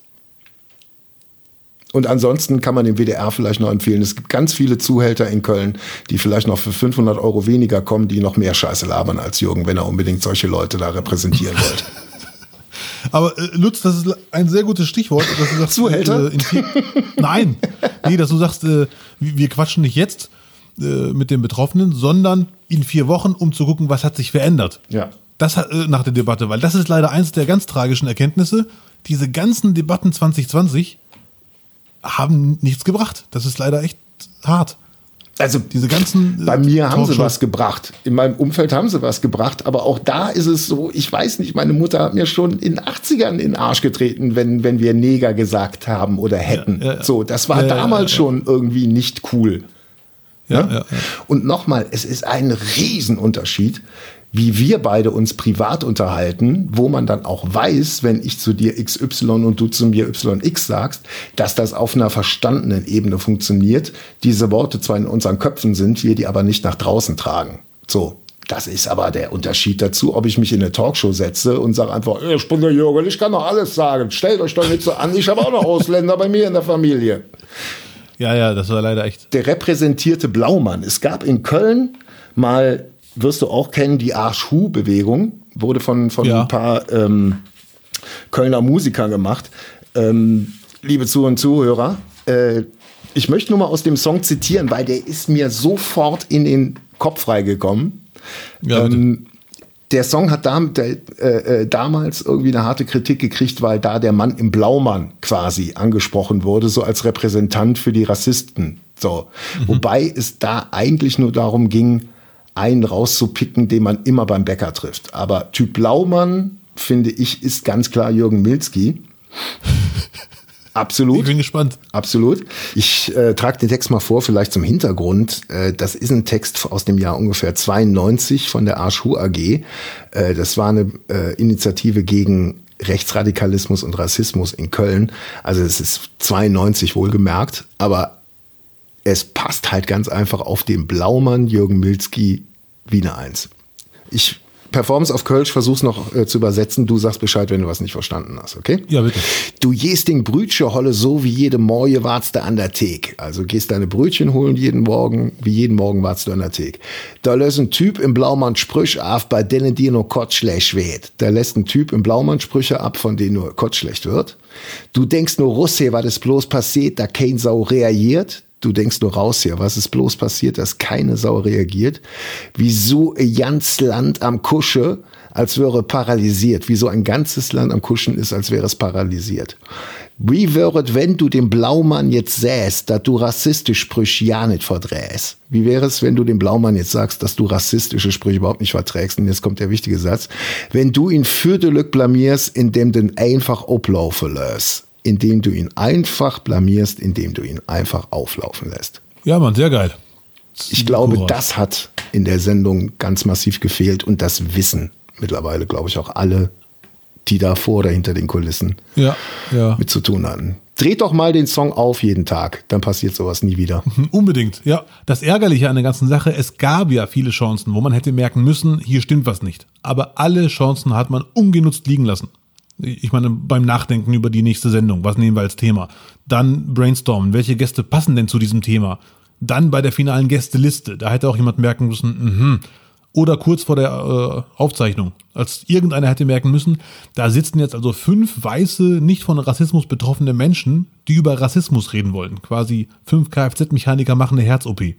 Und ansonsten kann man den W D R vielleicht noch empfehlen. Es gibt ganz viele Zuhälter in Köln, die vielleicht noch für fünfhundert Euro weniger kommen, die noch mehr Scheiße labern als Jürgen, wenn er unbedingt solche Leute da repräsentieren wollte. Aber äh, Lutz, das ist ein sehr gutes Stichwort. Dass du sagst, Zuhälter? Äh, in vier, nein, nee, dass du sagst, äh, wir quatschen nicht jetzt äh, mit den Betroffenen, sondern in vier Wochen, um zu gucken, was hat sich verändert. Ja. Das hat, äh, nach der Debatte, weil das ist leider eins der ganz tragischen Erkenntnisse. Diese ganzen Debatten zwanzig zwanzig haben nichts gebracht. Das ist leider echt hart. Also diese ganzen. Bei mir haben sie was gebracht. In meinem Umfeld haben sie was gebracht. Aber auch da ist es so, ich weiß nicht, meine Mutter hat mir schon in den achtzigern in den Arsch getreten, wenn, wenn wir Neger gesagt haben oder hätten. Ja, ja, ja. So, das war ja, damals ja, ja. schon irgendwie nicht cool. Ja, ja? Ja, ja. Und nochmal, es ist ein Riesenunterschied, wie wir beide uns privat unterhalten, wo man dann auch weiß, wenn ich zu dir X Y und du zu mir Y X sagst, dass das auf einer verstandenen Ebene funktioniert. Diese Worte zwar in unseren Köpfen sind, wir die aber nicht nach draußen tragen. So, das ist aber der Unterschied dazu, ob ich mich in eine Talkshow setze und sage einfach, ich bin der Jürgen, ich kann doch alles sagen. Stellt euch doch nicht so an, ich habe auch noch Ausländer bei mir in der Familie. Ja, ja, das war leider echt. Der repräsentierte Blaumann. Es gab in Köln mal, wirst du auch kennen, die Arsch-Hu-Bewegung, wurde von, von ja. ein paar ähm, Kölner Musikern gemacht. Ähm, liebe Zuhörer und Zuhörer, äh, ich möchte nur mal aus dem Song zitieren, weil der ist mir sofort in den Kopf reingekommen. Ja, ähm, der Song hat da, der, äh, damals irgendwie eine harte Kritik gekriegt, weil da der Mann im Blaumann quasi angesprochen wurde, so als Repräsentant für die Rassisten. So. Mhm. Wobei es da eigentlich nur darum ging, einen rauszupicken, den man immer beim Bäcker trifft. Aber Typ Blaumann finde ich, ist ganz klar Jürgen Milzki. Absolut. Ich bin gespannt. Absolut. Ich äh, trage den Text mal vor, vielleicht zum Hintergrund. Äh, das ist ein Text aus dem Jahr ungefähr zweiundneunzig von der Arschhu A G. Äh, das war eine äh, Initiative gegen Rechtsradikalismus und Rassismus in Köln. Also es ist zweiundneunzig wohlgemerkt, aber es passt halt ganz einfach auf den Blaumann Jürgen Milzki wie eine Eins. Ich Performance auf Kölsch, versuch's noch äh, zu übersetzen. Du sagst Bescheid, wenn du was nicht verstanden hast, okay? Ja, bitte. Du gehst den Brötchen holle so wie jede Morgen wartst du an der Thek. Also gehst deine Brötchen holen jeden Morgen, wie jeden Morgen wartst du an der Thek. Da lässt ein Typ im Blaumann Sprüche ab, bei denen dir nur Kotz schlecht wird. Da lässt ein Typ im Blaumann Sprüche ab, von denen nur Kotz schlecht wird. Du denkst nur, Russe, was ist bloß passiert, da kein Sau reagiert. Du denkst nur raus hier, was ist bloß passiert, dass keine Sau reagiert? Wieso ein ganzes Land am Kusche, als wäre paralysiert? Wieso ein ganzes Land am Kuschen ist, als wäre es paralysiert? Wie wäre es, wenn du dem Blaumann jetzt säst, dass du rassistische Sprüche ja nicht verdrähst? Wie wäre es, wenn du dem Blaumann jetzt sagst, dass du rassistische Sprüche überhaupt nicht verträgst? Und jetzt kommt der wichtige Satz. Wenn du ihn für de Lück blamierst, indem du ihn einfach ablaufen lässt. Indem du ihn einfach blamierst, indem du ihn einfach auflaufen lässt. Ja, Mann, sehr geil. Ich glaube, Courage. Das hat in der Sendung ganz massiv gefehlt und das wissen mittlerweile, glaube ich, auch alle, die da vor oder hinter den Kulissen ja, ja. mit zu tun hatten. Dreht doch mal den Song auf jeden Tag, dann passiert sowas nie wieder. Unbedingt, ja. Das Ärgerliche an der ganzen Sache, es gab ja viele Chancen, wo man hätte merken müssen, hier stimmt was nicht. Aber alle Chancen hat man ungenutzt liegen lassen. Ich meine, beim Nachdenken über die nächste Sendung, was nehmen wir als Thema? Dann brainstormen, welche Gäste passen denn zu diesem Thema? Dann bei der finalen Gästeliste, da hätte auch jemand merken müssen, mhm. Oder kurz vor der äh, Aufzeichnung, als irgendeiner hätte merken müssen, da sitzen jetzt also fünf weiße, nicht von Rassismus betroffene Menschen, die über Rassismus reden wollen. Quasi fünf Kfz-Mechaniker machen eine Herz-O P.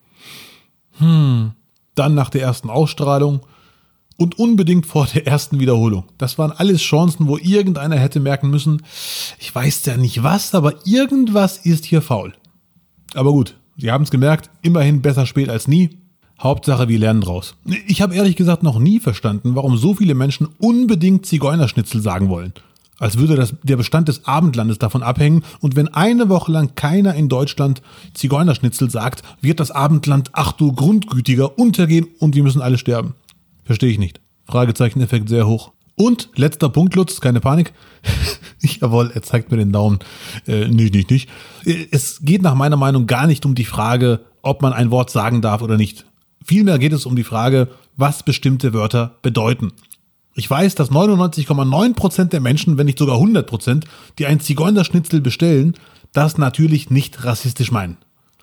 Hm. Dann nach der ersten Ausstrahlung und unbedingt vor der ersten Wiederholung. Das waren alles Chancen, wo irgendeiner hätte merken müssen, ich weiß ja nicht was, aber irgendwas ist hier faul. Aber gut, sie haben es gemerkt, immerhin besser spät als nie. Hauptsache, wir lernen draus. Ich habe ehrlich gesagt noch nie verstanden, warum so viele Menschen unbedingt Zigeunerschnitzel sagen wollen. Als würde das, der Bestand des Abendlandes davon abhängen und wenn eine Woche lang keiner in Deutschland Zigeunerschnitzel sagt, wird das Abendland, ach du Grundgütiger, untergehen und wir müssen alle sterben. Verstehe ich nicht. Fragezeichen-Effekt sehr hoch. Und, letzter Punkt, Lutz, keine Panik. Jawohl, er zeigt mir den Daumen. Äh, nicht, nicht, nicht. Es geht nach meiner Meinung gar nicht um die Frage, ob man ein Wort sagen darf oder nicht. Vielmehr geht es um die Frage, was bestimmte Wörter bedeuten. Ich weiß, dass neunundneunzig Komma neun Prozent der Menschen, wenn nicht sogar hundert Prozent, die ein Zigeunerschnitzel bestellen, das natürlich nicht rassistisch meinen.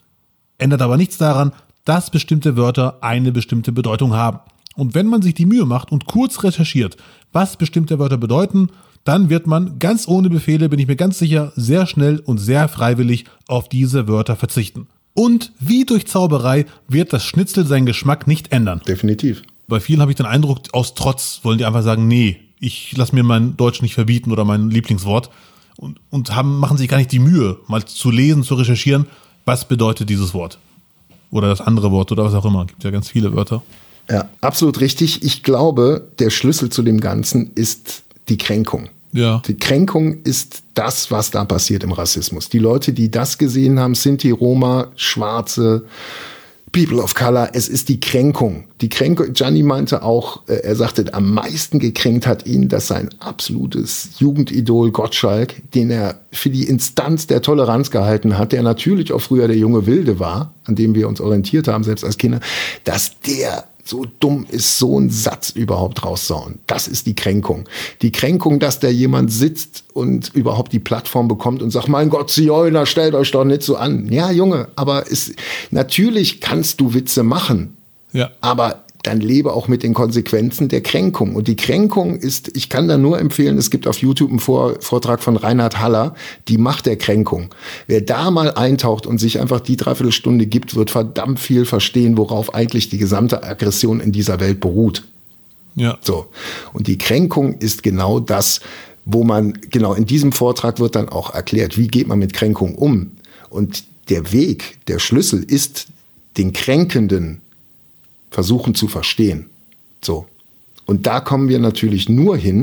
Ändert aber nichts daran, dass bestimmte Wörter eine bestimmte Bedeutung haben. Und wenn man sich die Mühe macht und kurz recherchiert, was bestimmte Wörter bedeuten, dann wird man ganz ohne Befehle, bin ich mir ganz sicher, sehr schnell und sehr freiwillig auf diese Wörter verzichten. Und wie durch Zauberei wird das Schnitzel seinen Geschmack nicht ändern. Definitiv. Bei vielen habe ich den Eindruck, aus Trotz wollen die einfach sagen, nee, ich lasse mir mein Deutsch nicht verbieten oder mein Lieblingswort und, und haben, machen sich gar nicht die Mühe, mal zu lesen, zu recherchieren, was bedeutet dieses Wort. Oder das andere Wort oder was auch immer. Es gibt ja ganz viele Wörter. Ja, absolut richtig. Ich glaube, der Schlüssel zu dem Ganzen ist die Kränkung. Ja. Die Kränkung ist das, was da passiert im Rassismus. Die Leute, die das gesehen haben, Sinti, Roma, Schwarze, People of Color, es ist die Kränkung. Die Kränkung, Gianni meinte auch, er sagte, am meisten gekränkt hat ihn, dass sein absolutes Jugendidol Gottschalk, den er für die Instanz der Toleranz gehalten hat, der natürlich auch früher der junge Wilde war, an dem wir uns orientiert haben, selbst als Kinder, dass der so dumm ist, so einen Satz überhaupt raussauen. Das ist die Kränkung. Die Kränkung, dass da jemand sitzt und überhaupt die Plattform bekommt und sagt, mein Gott, Zigeuner, stellt euch doch nicht so an. Ja, Junge, aber es, natürlich kannst du Witze machen, ja. aber dann lebe auch mit den Konsequenzen der Kränkung. Und die Kränkung ist, ich kann da nur empfehlen, es gibt auf YouTube einen Vor- Vortrag von Reinhard Haller, die Macht der Kränkung. Wer da mal eintaucht und sich einfach die Dreiviertelstunde gibt, wird verdammt viel verstehen, worauf eigentlich die gesamte Aggression in dieser Welt beruht. Ja. So. Und die Kränkung ist genau das, wo man, genau in diesem Vortrag wird dann auch erklärt, wie geht man mit Kränkung um. Und der Weg, der Schlüssel ist, den Kränkenden versuchen zu verstehen. So. Und da kommen wir natürlich nur hin,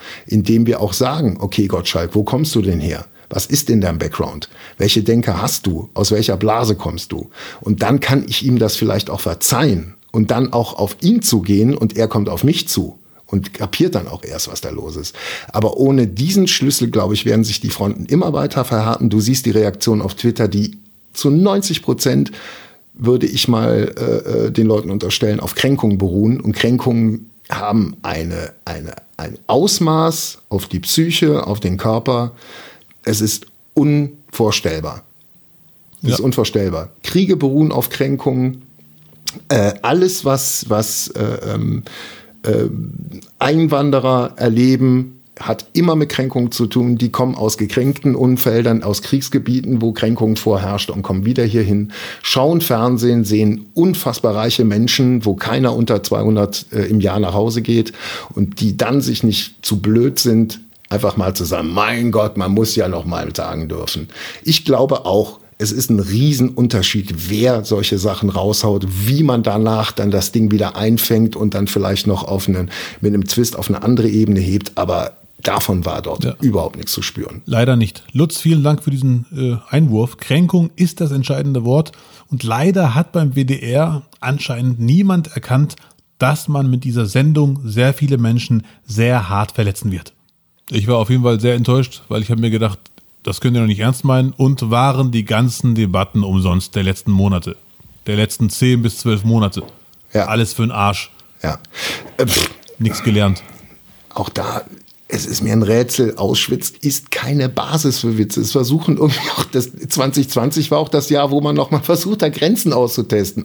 indem wir auch sagen, okay Gottschalk, wo kommst du denn her? Was ist in deinem Background? Welche Denker hast du? Aus welcher Blase kommst du? Und dann kann ich ihm das vielleicht auch verzeihen und dann auch auf ihn zugehen und er kommt auf mich zu und kapiert dann auch erst, was da los ist. Aber ohne diesen Schlüssel, glaube ich, werden sich die Fronten immer weiter verhärten. Du siehst die Reaktion auf Twitter, die zu neunzig Prozent, würde ich mal äh, den Leuten unterstellen, auf Kränkungen beruhen. Und Kränkungen haben eine, eine, ein Ausmaß auf die Psyche, auf den Körper. Es ist unvorstellbar. Es ja. ist unvorstellbar. Kriege beruhen auf Kränkungen. Äh, alles, was, was äh, äh, Einwanderer erleben, hat immer mit Kränkungen zu tun. Die kommen aus gekränkten Umfeldern, aus Kriegsgebieten, wo Kränkungen vorherrscht und kommen wieder hierhin, schauen Fernsehen, sehen unfassbar reiche Menschen, wo keiner unter zweihundert äh, im Jahr nach Hause geht und die dann sich nicht zu blöd sind, einfach mal zu sagen, mein Gott, man muss ja noch mal sagen dürfen. Ich glaube auch, es ist ein Riesenunterschied, wer solche Sachen raushaut, wie man danach dann das Ding wieder einfängt und dann vielleicht noch auf einen, mit einem Twist auf eine andere Ebene hebt. Aber davon war dort ja. überhaupt nichts zu spüren. Leider nicht. Lutz, vielen Dank für diesen äh, Einwurf. Kränkung ist das entscheidende Wort. Und leider hat beim W D R anscheinend niemand erkannt, dass man mit dieser Sendung sehr viele Menschen sehr hart verletzen wird. Ich war auf jeden Fall sehr enttäuscht, weil ich habe mir gedacht, das könnt ihr doch nicht ernst meinen. Und waren die ganzen Debatten umsonst der letzten Monate. Der letzten zehn bis zwölf Monate. Ja. Alles für den Arsch. Ja. Äh, Nichts gelernt. Auch da, es ist mir ein Rätsel. Auschwitz ist keine Basis für Witze. Es versuchen irgendwie auch, das zwanzig zwanzig war auch das Jahr, wo man noch mal versucht hat, Grenzen auszutesten.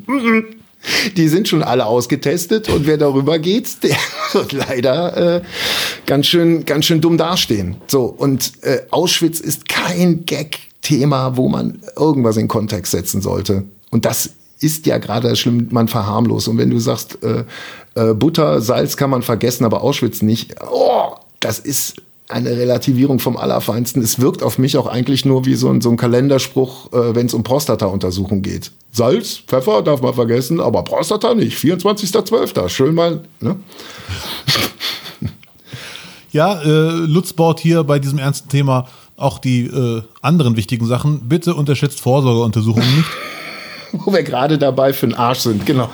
Die sind schon alle ausgetestet und wer darüber geht, der wird leider äh, ganz schön, ganz schön dumm dastehen. So, und äh, Auschwitz ist kein Gag-Thema, wo man irgendwas in Kontext setzen sollte. Und das ist ja gerade schlimm, man verharmlost. Und wenn du sagst, äh, äh, Butter, Salz kann man vergessen, aber Auschwitz nicht, oh, das ist eine Relativierung vom Allerfeinsten. Es wirkt auf mich auch eigentlich nur wie so ein, so ein Kalenderspruch, äh, wenn es um Prostata-Untersuchung geht. Salz, Pfeffer darf man vergessen, aber Prostata nicht. vierundzwanzigster zwölfter Schön mal, ne? Ja, äh, Lutz baut hier bei diesem ernsten Thema auch die äh, anderen wichtigen Sachen. Bitte unterschätzt Vorsorgeuntersuchungen nicht. Wo wir gerade dabei für den Arsch sind, genau.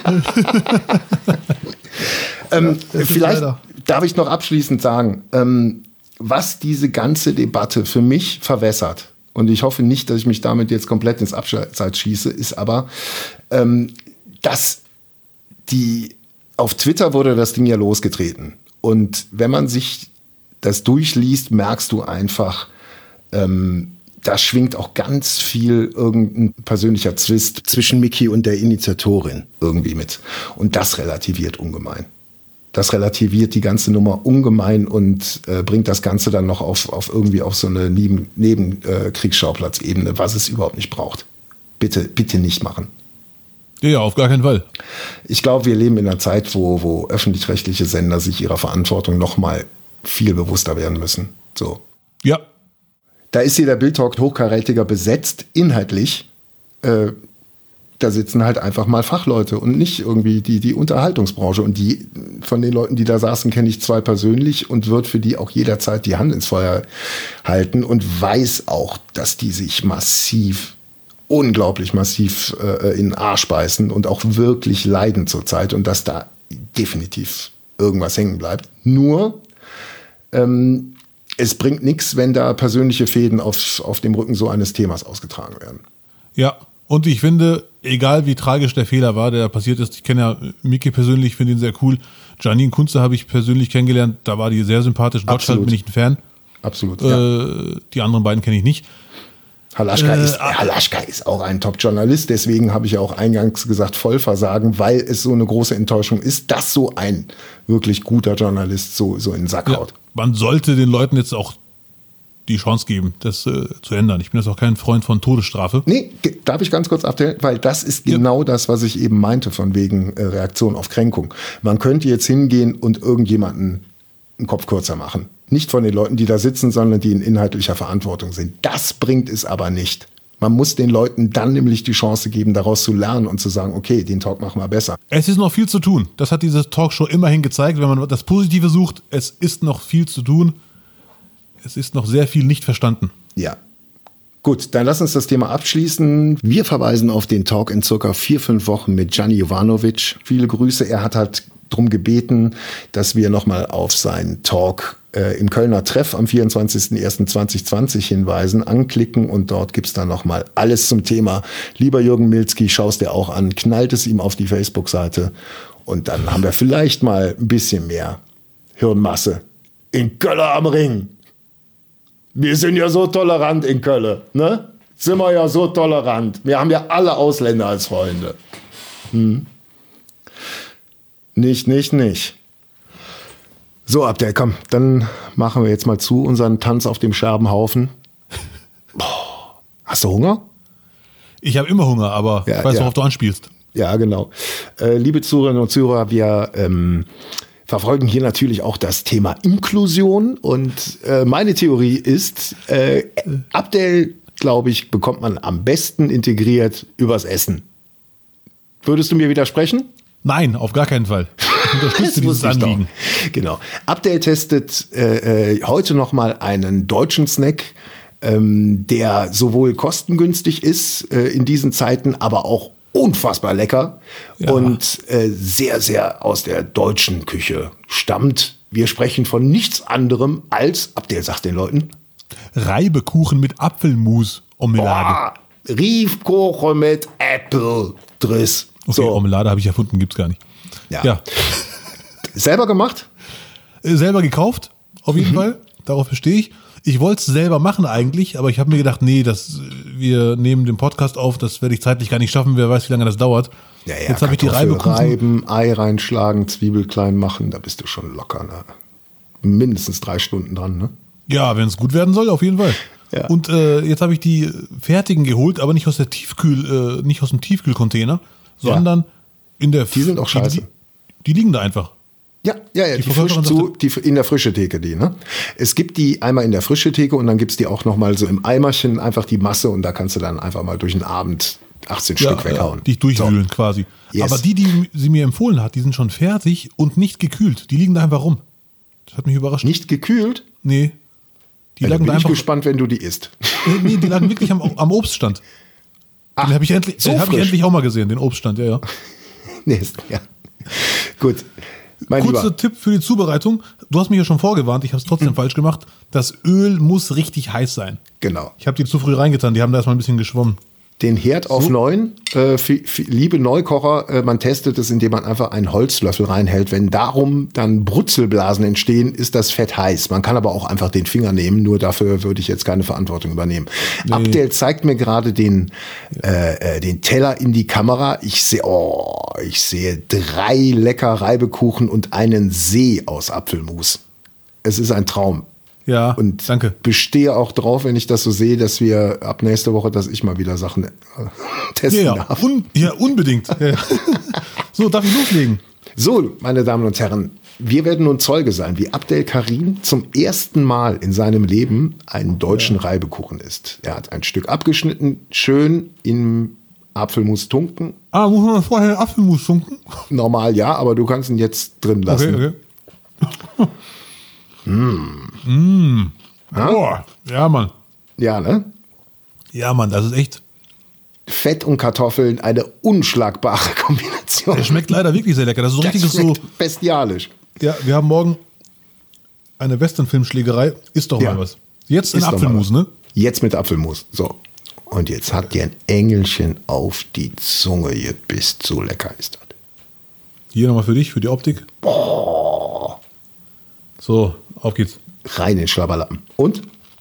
ähm, ja, vielleicht darf ich noch abschließend sagen, ähm, was diese ganze Debatte für mich verwässert, und ich hoffe nicht, dass ich mich damit jetzt komplett ins Abseits schieße, ist aber, ähm, dass die, auf Twitter wurde das Ding ja losgetreten. Und wenn man sich das durchliest, merkst du einfach, ähm, da schwingt auch ganz viel irgendein persönlicher Zwist zwischen Micky und der Initiatorin irgendwie mit. Und das relativiert ungemein. Das relativiert die ganze Nummer ungemein und äh, bringt das Ganze dann noch auf, auf irgendwie auf so eine Neben, Nebenkriegsschauplatz-Ebene, äh, was es überhaupt nicht braucht. Bitte, bitte nicht machen. Ja, auf gar keinen Fall. Ich glaube, wir leben in einer Zeit, wo, wo öffentlich-rechtliche Sender sich ihrer Verantwortung noch mal viel bewusster werden müssen. So. Ja. Da ist hier der Bild-Talk hochkarätiger besetzt, inhaltlich. Äh, da sitzen halt einfach mal Fachleute und nicht irgendwie die, die Unterhaltungsbranche. Und die, von den Leuten, die da saßen, kenne ich zwei persönlich und wird für die auch jederzeit die Hand ins Feuer halten und weiß auch, dass die sich massiv, unglaublich massiv äh, in den Arsch beißen und auch wirklich leiden zurzeit und dass da definitiv irgendwas hängen bleibt. Nur, ähm, es bringt nichts, wenn da persönliche Fäden auf, auf dem Rücken so eines Themas ausgetragen werden. Ja, und ich finde, egal wie tragisch der Fehler war, der da passiert ist, ich kenne ja Micky persönlich, finde ihn sehr cool. Janine Kunze habe ich persönlich kennengelernt, da war die sehr sympathisch. Gottschalk bin ich ein Fan. Absolut, äh, ja. Die anderen beiden kenne ich nicht. Halaschka, äh, ist, Halaschka ist auch ein Top-Journalist, deswegen habe ich ja auch eingangs gesagt Vollversagen, weil es so eine große Enttäuschung ist, dass so ein wirklich guter Journalist so, so in den Sack haut. Ja, man sollte den Leuten jetzt auch die Chance geben, das äh, zu ändern. Ich bin jetzt auch kein Freund von Todesstrafe. Nee, darf ich ganz kurz abteilen? Weil das ist genau ja. das, was ich eben meinte von wegen äh, Reaktion auf Kränkung. Man könnte jetzt hingehen und irgendjemanden einen Kopf kürzer machen. Nicht von den Leuten, die da sitzen, sondern die in inhaltlicher Verantwortung sind. Das bringt es aber nicht. Man muss den Leuten dann nämlich die Chance geben, daraus zu lernen und zu sagen, okay, den Talk machen wir besser. Es ist noch viel zu tun. Das hat diese Talkshow immerhin gezeigt. Wenn man das Positive sucht, es ist noch viel zu tun. Es ist noch sehr viel nicht verstanden. Ja. Gut, dann lass uns das Thema abschließen. Wir verweisen auf den Talk in circa vier, fünf Wochen mit Gianni Jovanovic. Viele Grüße. Er hat halt darum gebeten, dass wir nochmal auf seinen Talk äh, im Kölner Treff am vierundzwanzigsten ersten zweitausendzwanzig hinweisen, anklicken und dort gibt's dann nochmal alles zum Thema. Lieber Jürgen Milzki, schaust dir auch an, knallt es ihm auf die Facebook-Seite und dann haben wir vielleicht mal ein bisschen mehr Hirnmasse in Köller am Ring. Wir sind ja so tolerant in Köln, ne? Sind wir ja so tolerant. Wir haben ja alle Ausländer als Freunde. Hm. Nicht, nicht, nicht. So, Abdel, komm, dann machen wir jetzt mal zu unseren Tanz auf dem Scherbenhaufen. Boah. Hast du Hunger? Ich habe immer Hunger, aber ja, ich weiß, ja. worauf du anspielst. Ja, genau. Äh, liebe Zuhörerinnen und Zuhörer, wir ähm, verfolgen hier natürlich auch das Thema Inklusion. Und äh, meine Theorie ist, äh, Abdel, glaube ich, bekommt man am besten integriert übers Essen. Würdest du mir widersprechen? Nein, auf gar keinen Fall. Ich unterstütze dieses Anliegen. Genau. Abdel testet äh, heute nochmal einen deutschen Snack, ähm, der sowohl kostengünstig ist äh, in diesen Zeiten, aber auch unfassbar lecker ja. und äh, sehr, sehr aus der deutschen Küche stammt. Wir sprechen von nichts anderem als, Abdel sagt den Leuten, Reibekuchen mit Apfelmus-Omelade. Oh, Riefkuchen mit Apfeldriss. Okay, so. Omelade habe ich erfunden, gibt's gar nicht. Ja. ja. Selber gemacht? Selber gekauft, auf jeden mhm. Fall. Darauf bestehe ich. Ich wollte es selber machen eigentlich, aber ich habe mir gedacht, nee, das, wir nehmen den Podcast auf, das werde ich zeitlich gar nicht schaffen, wer weiß, wie lange das dauert. Ja, ja, jetzt habe ich die Reibekuchen. Reiben, Ei reinschlagen, Zwiebel klein machen, da bist du schon locker. Ne? Mindestens drei Stunden dran, ne? Ja, wenn es gut werden soll, auf jeden Fall. Ja. Und äh, jetzt habe ich die fertigen geholt, aber nicht aus der Tiefkühl, äh, nicht aus dem Tiefkühlcontainer, sondern ja. in der. Die sind auch scheiße. Die, die liegen da einfach. Ja, ja, ja, die, die frisch zu, die in der frische Theke, die, ne? Es gibt die einmal in der frische Theke und dann gibt's die auch nochmal so im Eimerchen, einfach die Masse und da kannst du dann einfach mal durch den Abend achtzehn ja, Stück weghauen. Ja, die durchwühlen so. Quasi. Yes. Aber die, die sie mir empfohlen hat, die sind schon fertig und nicht gekühlt. Die liegen da einfach rum. Das hat mich überrascht. Nicht gekühlt? Nee. Die ja, lagen bin da einfach. Ich gespannt, wenn du die isst. Nee, die lagen wirklich am, am Obststand. Den habe ich, endlich, so hab ich endlich auch mal gesehen, den Obststand, ja, ja. Nee, ja. Gut. Mein Kurzer Lieber. Tipp für die Zubereitung. Du hast mich ja schon vorgewarnt, ich habe es trotzdem mhm. falsch gemacht. Das Öl muss richtig heiß sein. Genau. Ich habe die zu früh reingetan, die haben da erstmal ein bisschen geschwommen. Den Herd so. auf neun. Äh, für, für, liebe Neukocher, äh, man testet es, indem man einfach einen Holzlöffel reinhält. Wenn darum dann Brutzelblasen entstehen, ist das Fett heiß. Man kann aber auch einfach den Finger nehmen. Nur dafür würde ich jetzt keine Verantwortung übernehmen. Nee. Abdel zeigt mir gerade den, ja. äh, den Teller in die Kamera. Ich sehe, oh, ich sehe drei lecker Reibekuchen und einen See aus Apfelmus. Es ist ein Traum. Ja, und danke. Bestehe auch drauf, wenn ich das so sehe, dass wir ab nächste Woche, dass ich mal wieder Sachen äh, testen ja, darf. Un, ja, unbedingt. Ja. So, darf ich loslegen? So, meine Damen und Herren, wir werden nun Zeuge sein, wie Abdel Karim zum ersten Mal in seinem Leben einen deutschen ja. Reibekuchen isst. Er hat ein Stück abgeschnitten, schön im Apfelmus tunken. Ah, muss man vorher Apfelmus tunken? Normal ja, aber du kannst ihn jetzt drin lassen. Okay, okay. Mmh. Mmh. Ja? Oh, ja, Mann. Ja, ne? Ja, Mann, das ist echt. Fett und Kartoffeln, eine unschlagbare Kombination. Der schmeckt leider wirklich sehr lecker. Das ist so das richtig so. Bestialisch. Ja, wir haben morgen eine Western-Filmschlägerei. Ist doch ja. mal was. Jetzt in Apfelmus, ne? Jetzt mit Apfelmus. So. Und jetzt hat dir ein Engelchen auf die Zunge gebissen. So lecker ist das. Hier nochmal für dich, für die Optik. Boah. So, auf geht's. Rein in den Schlabberlappen. Und?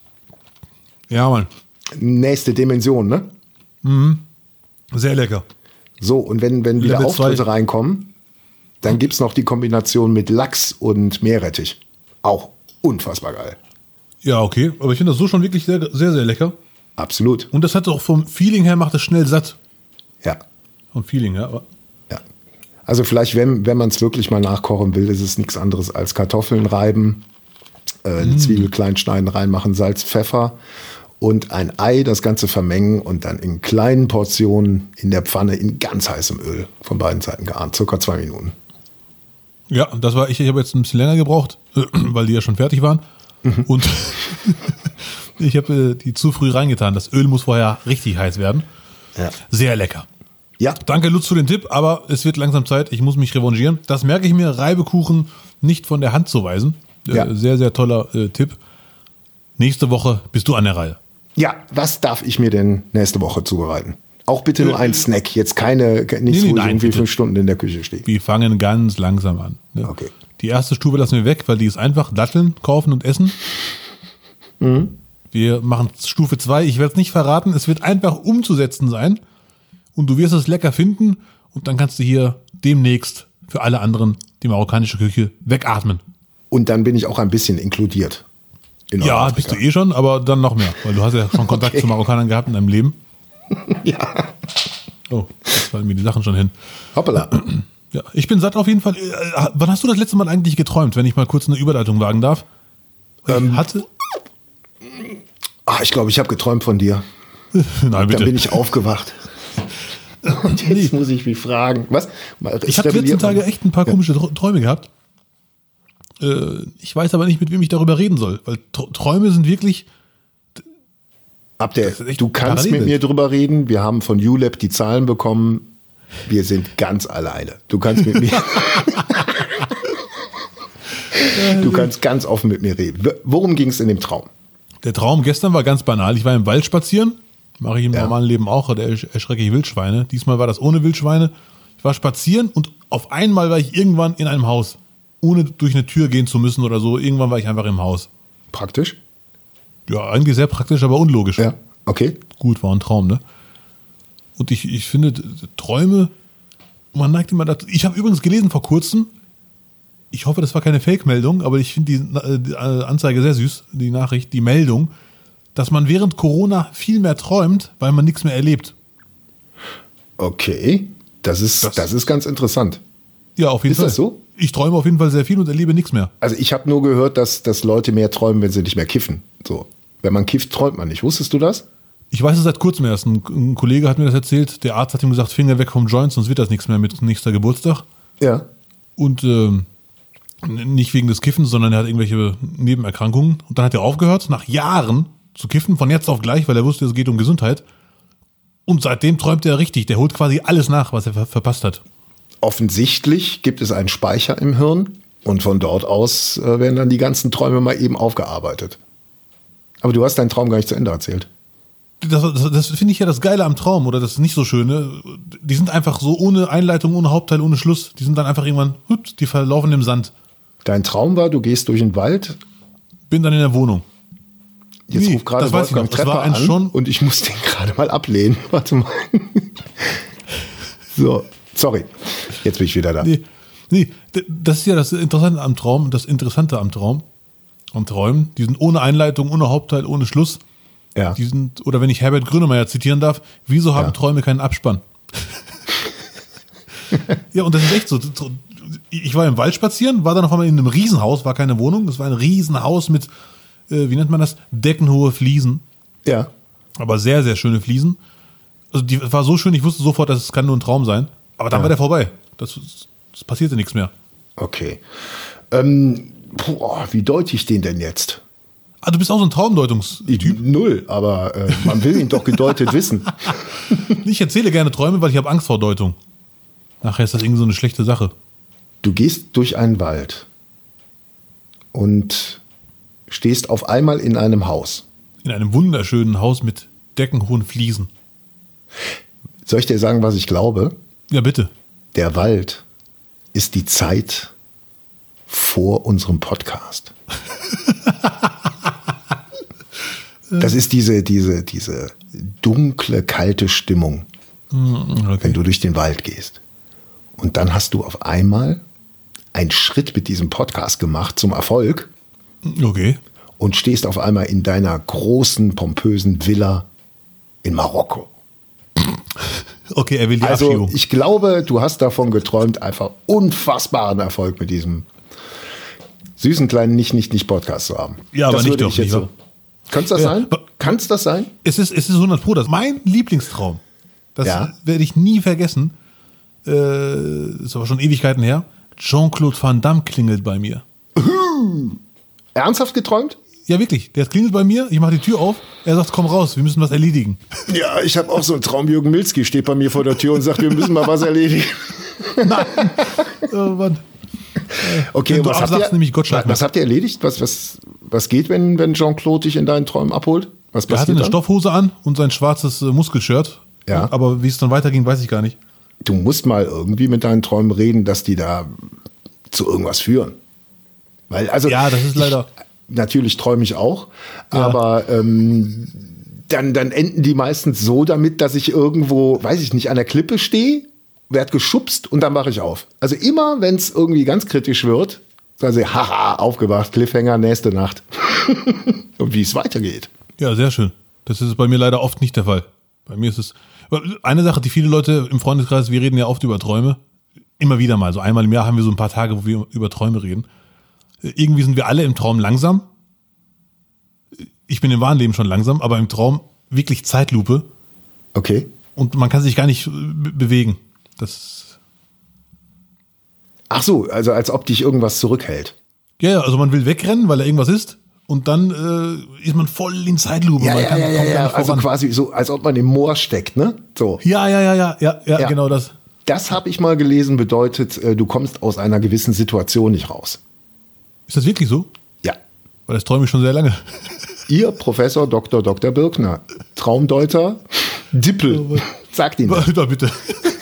Ja, Mann. Nächste Dimension, ne? Mhm. Sehr lecker. So, und wenn, wenn wieder Level Auftritte zwei. reinkommen, dann gibt's noch die Kombination mit Lachs und Meerrettich. Auch unfassbar geil. Ja, okay. Aber ich finde das so schon wirklich sehr, sehr, sehr lecker. Absolut. Und das hat auch vom Feeling her, macht es schnell satt. Ja. Vom Feeling her, aber. Ja. Also vielleicht, wenn, wenn man es wirklich mal nachkochen will, ist es nichts anderes als Kartoffeln reiben, äh, eine mm. Zwiebel klein schneiden, reinmachen, Salz, Pfeffer und ein Ei, das Ganze vermengen und dann in kleinen Portionen in der Pfanne in ganz heißem Öl von beiden Seiten garen. Circa zwei Minuten. Ja, das war ich. Ich habe jetzt ein bisschen länger gebraucht, weil die ja schon fertig waren. Mhm. Und ich habe die zu früh reingetan. Das Öl muss vorher richtig heiß werden. Ja. Sehr lecker. Ja. Danke, Lutz, für den Tipp, aber es wird langsam Zeit. Ich muss mich revanchieren. Das merke ich mir, Reibekuchen nicht von der Hand zu weisen. Ja. Äh, sehr, sehr toller äh, Tipp. Nächste Woche bist du an der Reihe. Ja, was darf ich mir denn nächste Woche zubereiten? Auch bitte nur ein Snack, jetzt keine, nichts, nee, nee, wo ich nein, irgendwie bitte. fünf Stunden in der Küche stehe. Wir fangen ganz langsam an. Ne? Okay. Die erste Stufe lassen wir weg, weil die ist einfach Datteln kaufen und essen. Mhm. Wir machen Stufe zwei. Ich werde es nicht verraten. Es wird einfach umzusetzen sein. Und du wirst es lecker finden. Und dann kannst du hier demnächst für alle anderen die marokkanische Küche wegatmen. Und dann bin ich auch ein bisschen inkludiert. Ja, bist du eh schon, aber dann noch mehr. Weil du hast ja schon Kontakt okay. zu Marokkanern gehabt in deinem Leben. Ja. Oh, jetzt fallen mir die Sachen schon hin. Hoppala. Ja, ich bin satt auf jeden Fall. Äh, wann hast du das letzte Mal eigentlich geträumt, wenn ich mal kurz eine Überleitung wagen darf? Ähm, hatte? Ach, ich glaube, ich habe geträumt von dir. Nein, bitte. Dann bin ich aufgewacht. Und jetzt nee. muss ich mich fragen. Was? Ich habe die letzten Tage echt ein paar komische ja. Träume gehabt. Äh, ich weiß aber nicht, mit wem ich darüber reden soll. Weil Träume sind wirklich... Abdel, du kannst mit mir drüber reden. Wir haben von U Lab die Zahlen bekommen. Wir sind ganz alleine. Du kannst mit mir... du kannst ganz offen mit mir reden. Worum ging es in dem Traum? Der Traum gestern war ganz banal. Ich war im Wald spazieren. Mache ich im ja. normalen Leben auch. Da erschrecke ich Wildschweine. Diesmal war das ohne Wildschweine. Ich war spazieren und auf einmal war ich irgendwann in einem Haus. Ohne durch eine Tür gehen zu müssen oder so. Irgendwann war ich einfach im Haus. Praktisch? Ja, eigentlich sehr praktisch, aber unlogisch. Ja, okay. Gut, war ein Traum, ne? Und ich, ich finde, Träume, man neigt immer dazu. Ich habe übrigens gelesen vor kurzem, ich hoffe, das war keine Fake-Meldung, aber ich finde die, die Anzeige sehr süß, die Nachricht, die Meldung, dass man während Corona viel mehr träumt, weil man nichts mehr erlebt. Okay, das ist, das, das ist ganz interessant. Ja, auf jeden ist Fall. Ist das so? Ich träume auf jeden Fall sehr viel und erlebe nichts mehr. Also ich habe nur gehört, dass, dass Leute mehr träumen, wenn sie nicht mehr kiffen. So. Wenn man kifft, träumt man nicht. Wusstest du das? Ich weiß es seit kurzem erst. Ein, ein Kollege hat mir das erzählt. Der Arzt hat ihm gesagt, Finger weg vom Joint, sonst wird das nichts mehr mit nächster Geburtstag. Ja. Und ähm, nicht wegen des Kiffens, sondern er hat irgendwelche Nebenerkrankungen. Und dann hat er aufgehört, nach Jahren zu kiffen, von jetzt auf gleich, weil er wusste, es geht um Gesundheit. Und seitdem träumt er richtig. Der holt quasi alles nach, was er ver- verpasst hat. Offensichtlich gibt es einen Speicher im Hirn und von dort aus äh, werden dann die ganzen Träume mal eben aufgearbeitet. Aber du hast deinen Traum gar nicht zu Ende erzählt. Das, das, das finde ich ja das Geile am Traum oder das nicht so Schöne. Die sind einfach so ohne Einleitung, ohne Hauptteil, ohne Schluss. Die sind dann einfach irgendwann, die verlaufen im Sand. Dein Traum war, du gehst durch den Wald. Bin dann in der Wohnung. Jetzt nee, ruft gerade Wolfgang Trepper an schon und ich muss den gerade mal ablehnen. Warte mal. So, sorry. Jetzt bin ich wieder da. Nee, nee, das ist ja das Interessante am Traum, das Interessante am Traum, am Träumen. Die sind ohne Einleitung, ohne Hauptteil, ohne Schluss. Ja. Die sind, oder wenn ich Herbert Grönemeyer zitieren darf, wieso haben ja. Träume keinen Abspann? Ja, und das ist echt so. Ich war im Wald spazieren, war dann auf einmal in einem Riesenhaus, war keine Wohnung, das war ein Riesenhaus mit, äh, wie nennt man das? Deckenhohe Fliesen. Ja. Aber sehr, sehr schöne Fliesen. Also die war so schön, ich wusste sofort, dass es kann nur ein Traum sein. Aber dann ja. war der vorbei. Das, das passierte nichts mehr. Okay. Ähm, boah, wie deute ich den denn jetzt? Ah, du bist auch so ein Traumdeutungstyp? Null, aber äh, man will ihn doch gedeutet wissen. Ich erzähle gerne Träume, weil ich habe Angst vor Deutung. Nachher ist das irgendwie so eine schlechte Sache. Du gehst durch einen Wald und stehst auf einmal in einem Haus. In einem wunderschönen Haus mit deckenhohen Fliesen. Soll ich dir sagen, was ich glaube? Ja, bitte. Der Wald ist die Zeit vor unserem Podcast. Das ist diese, diese, diese dunkle, kalte Stimmung, okay. wenn du durch den Wald gehst. Und dann hast du auf einmal einen Schritt mit diesem Podcast gemacht zum Erfolg. Okay. Und stehst auf einmal in deiner großen, pompösen Villa in Marokko. Okay, er will die Also Abschiebung. Ich glaube, du hast davon geträumt, einfach unfassbaren Erfolg mit diesem süßen kleinen Nicht-Nicht-Nicht-Podcast zu haben. Ja, das aber nicht doch. Ich jetzt nicht so, Kann es das ja. sein? Kann es das sein? Es ist, es ist hundert Pro, das ist mein Lieblingstraum. Das ja. werde ich nie vergessen. Äh, ist aber schon Ewigkeiten her. Jean-Claude Van Damme klingelt bei mir. Ernsthaft geträumt? Ja, wirklich. Der klingelt bei mir, ich mache die Tür auf, er sagt, komm raus, wir müssen was erledigen. Ja, ich habe auch so einen Traum. Jürgen Milzki steht bei mir vor der Tür und sagt, wir müssen mal was erledigen. Nein. Oh Mann. Okay, was habt, ihr, nämlich Gottschalk was habt ihr erledigt? Was, was, was geht, wenn, wenn Jean-Claude dich in deinen Träumen abholt? Was er hatte eine dann? Stoffhose an und sein schwarzes äh, Muskelshirt. Ja. Aber wie es dann weiterging, weiß ich gar nicht. Du musst mal irgendwie mit deinen Träumen reden, dass die da zu irgendwas führen. Weil, also, ja, das ist leider... Ich, natürlich träume ich auch, ja. aber ähm, dann, dann enden die meistens so damit, dass ich irgendwo, weiß ich nicht, an der Klippe stehe, werde geschubst und dann wache ich auf. Also immer, wenn es irgendwie ganz kritisch wird, sagen sie, haha, aufgewacht, Cliffhanger, nächste Nacht. Und wie es weitergeht. Ja, sehr schön. Das ist bei mir leider oft nicht der Fall. Bei mir ist es eine Sache, die viele Leute im Freundeskreis, wir reden ja oft über Träume, immer wieder mal, so einmal im Jahr haben wir so ein paar Tage, wo wir über Träume reden. Irgendwie sind wir alle im Traum langsam. Ich bin im wahren Leben schon langsam, aber im Traum wirklich Zeitlupe. Okay. Und man kann sich gar nicht be- bewegen. Das. Ach so, also als ob dich irgendwas zurückhält. Ja, also man will wegrennen, weil da irgendwas ist. Und dann äh, ist man voll in Zeitlupe. Ja, man ja, kann, ja, ja, ja. Also voran. quasi so, als ob man im Moor steckt, ne? So. Ja, ja, ja, ja, ja, ja, ja. Genau das. Das habe ich mal gelesen, bedeutet, du kommst aus einer gewissen Situation nicht raus. Ist das wirklich so? Ja. Weil das träume ich schon sehr lange. Ihr Professor Doktor Doktor Birkner, Traumdeuter, Dippel, oh, sagt Ihnen das. Da bitte.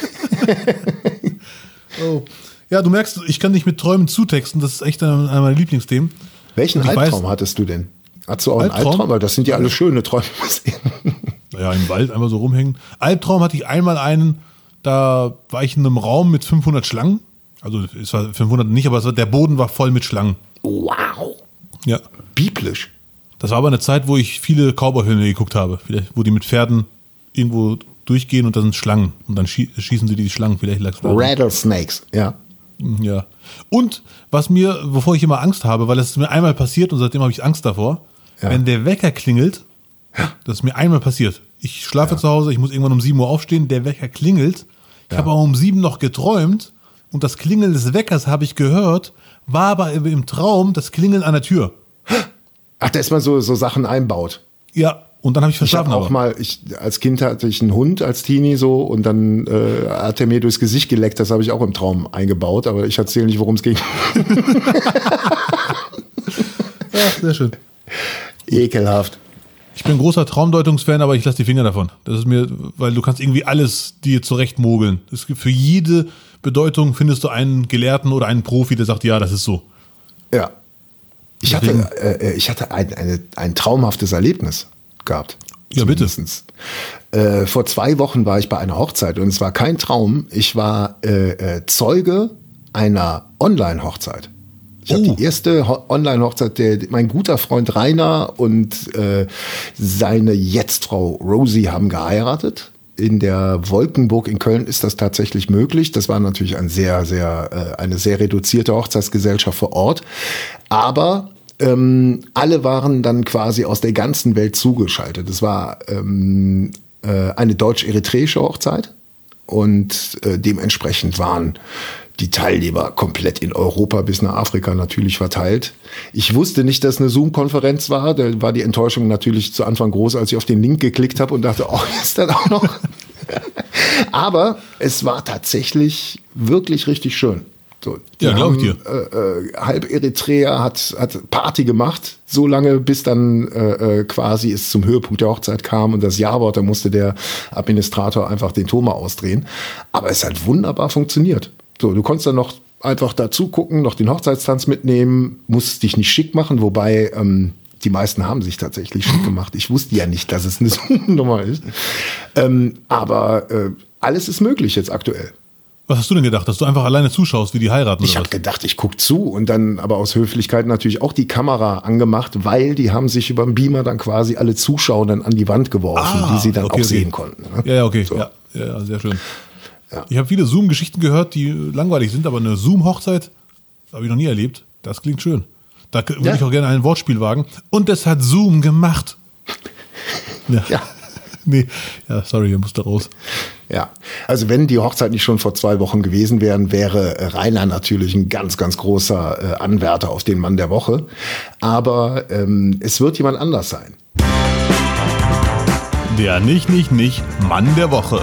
Oh. Ja, du merkst, ich kann dich mit Träumen zutexten, das ist echt einer meiner Lieblingsthemen. Welchen Und Albtraum weiß, hattest du denn? Hattest du auch Albtraum? einen Albtraum? Weil das sind ja alle schöne Träume. Naja, im Wald einfach so rumhängen. Albtraum hatte ich einmal einen, da war ich in einem Raum mit fünfhundert Schlangen. Also es war fünfhundert nicht, aber es war, der Boden war voll mit Schlangen. Wow. Ja. Biblisch. Das war aber eine Zeit, wo ich viele Cowboy-Filme geguckt habe. Vielleicht, wo die mit Pferden irgendwo durchgehen und da sind Schlangen. Und dann schie- schießen sie die Schlangen. Vielleicht lag's da. Rattlesnakes, ja. Ja. Und was mir, wovor ich immer Angst habe, weil es ist mir einmal passiert und seitdem habe ich Angst davor, ja. Wenn der Wecker klingelt, ja. Das ist mir einmal passiert. Ich schlafe ja. zu Hause, ich muss irgendwann um sieben Uhr aufstehen, der Wecker klingelt. Ich ja. habe auch um sieben noch geträumt und das Klingeln des Weckers habe ich gehört, war aber im Traum das Klingeln an der Tür. Ach, dass man so, so Sachen einbaut. Ja, und dann habe ich verschlafen. Ich habe auch mal, ich, als Kind hatte ich einen Hund, als Teenie so, und dann äh, hat er mir durchs Gesicht geleckt, das habe ich auch im Traum eingebaut, aber ich erzähle nicht, worum es ging. Ja, sehr schön. Ekelhaft. Ich bin großer Traumdeutungsfan, aber ich lasse die Finger davon. Das ist mir, weil du kannst irgendwie alles dir zurechtmogeln. Es gibt für jede Bedeutung findest du einen Gelehrten oder einen Profi, der sagt, ja, das ist so. Ja. Ich hatte, äh, ich hatte ein, eine, ein traumhaftes Erlebnis gehabt. Ja, bitte. Äh, vor zwei Wochen war ich bei einer Hochzeit und es war kein Traum. Ich war äh, äh, Zeuge einer Online-Hochzeit. Ich oh. habe die erste Ho- Online-Hochzeit, der, mein guter Freund Rainer und äh, seine Jetztfrau Rosie haben geheiratet. In der Wolkenburg in Köln ist das tatsächlich möglich. Das war natürlich ein sehr, sehr, äh, eine sehr reduzierte Hochzeitsgesellschaft vor Ort. Aber ähm, alle waren dann quasi aus der ganzen Welt zugeschaltet. Es war ähm, äh, eine deutsch-eritreische Hochzeit und äh, dementsprechend waren die Teilnehmer komplett in Europa bis nach Afrika natürlich verteilt. Ich wusste nicht, dass eine Zoom-Konferenz war. Da war die Enttäuschung natürlich zu Anfang groß, als ich auf den Link geklickt habe und dachte, oh, ist das auch noch? Aber es war tatsächlich wirklich richtig schön. So, ja, glaube ich dir. Äh, äh, halb Eritrea hat, hat Party gemacht, so lange, bis dann äh, quasi es zum Höhepunkt der Hochzeit kam und das Ja-Wort, da musste der Administrator einfach den Ton mal ausdrehen. Aber es hat wunderbar funktioniert. So, du konntest dann noch einfach dazu gucken, noch den Hochzeitstanz mitnehmen, musst dich nicht schick machen, wobei ähm, die meisten haben sich tatsächlich schick gemacht. Ich wusste ja nicht, dass es eine Nummer ist. Ähm, aber äh, alles ist möglich jetzt aktuell. Was hast du denn gedacht, dass du einfach alleine zuschaust, wie die heiraten? Ich habe gedacht, ich gucke zu und dann aber aus Höflichkeit natürlich auch die Kamera angemacht, weil die haben sich über den Beamer dann quasi alle Zuschauer dann an die Wand geworfen, ah, die sie dann okay, auch okay. sehen konnten. Ne? Ja, ja, okay. So. Ja, ja, sehr schön. Ja. Ich habe viele Zoom-Geschichten gehört, die langweilig sind, aber eine Zoom-Hochzeit habe ich noch nie erlebt. Das klingt schön. Da würde ja. ich auch gerne ein Wortspiel wagen. Und das hat Zoom gemacht. Ja. ja. Nee, ja, sorry, er musste raus. Ja, also wenn die Hochzeit nicht schon vor zwei Wochen gewesen wären, wäre Rainer natürlich ein ganz, ganz großer äh, Anwärter auf den Mann der Woche. Aber ähm, es wird jemand anders sein. Der nicht, nicht, nicht Mann der Woche.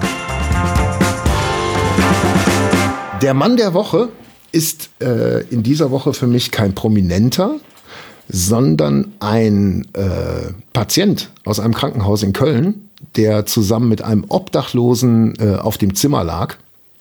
Der Mann der Woche ist äh, in dieser Woche für mich kein Prominenter, sondern ein äh, Patient aus einem Krankenhaus in Köln, der zusammen mit einem Obdachlosen äh, auf dem Zimmer lag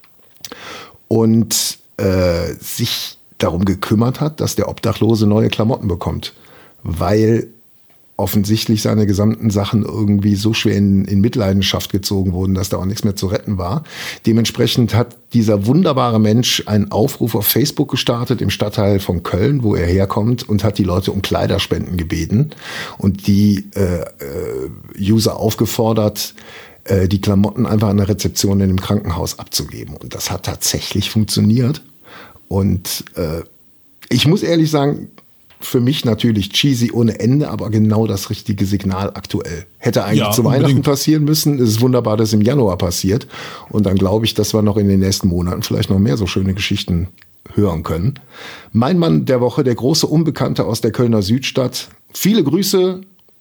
und äh, sich darum gekümmert hat, dass der Obdachlose neue Klamotten bekommt, weil offensichtlich seine gesamten Sachen irgendwie so schwer in, in Mitleidenschaft gezogen wurden, dass da auch nichts mehr zu retten war. Dementsprechend hat dieser wunderbare Mensch einen Aufruf auf Facebook gestartet im Stadtteil von Köln, wo er herkommt, und hat die Leute um Kleiderspenden gebeten und die äh, äh, User aufgefordert, äh, die Klamotten einfach an der Rezeption in dem Krankenhaus abzugeben. Und das hat tatsächlich funktioniert. Und äh, ich muss ehrlich sagen, für mich natürlich cheesy ohne Ende, aber genau das richtige Signal aktuell. Hätte eigentlich ja, zu Weihnachten unbedingt passieren müssen. Es ist wunderbar, dass es im Januar passiert. Und dann glaube ich, dass wir noch in den nächsten Monaten vielleicht noch mehr so schöne Geschichten hören können. Mein Mann der Woche, der große Unbekannte aus der Kölner Südstadt. Viele Grüße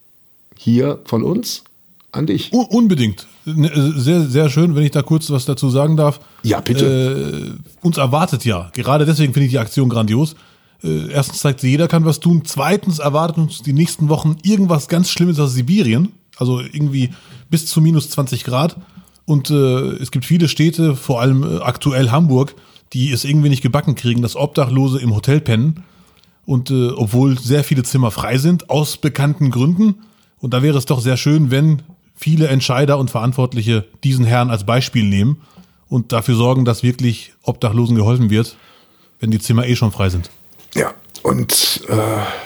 hier von uns an dich. Un- unbedingt. Sehr, sehr schön, wenn ich da kurz was dazu sagen darf. Ja, bitte. Äh, uns erwartet ja, gerade deswegen finde ich die Aktion grandios. Äh, erstens zeigt sie, jeder kann was tun. Zweitens erwartet uns die nächsten Wochen irgendwas ganz Schlimmes aus Sibirien. Also irgendwie bis zu minus zwanzig Grad. Und äh, es gibt viele Städte, vor allem äh, aktuell Hamburg, die es irgendwie nicht gebacken kriegen, dass Obdachlose im Hotel pennen. Und äh, obwohl sehr viele Zimmer frei sind, aus bekannten Gründen. Und da wäre es doch sehr schön, wenn viele Entscheider und Verantwortliche diesen Herrn als Beispiel nehmen und dafür sorgen, dass wirklich Obdachlosen geholfen wird, wenn die Zimmer eh schon frei sind. Ja, und äh,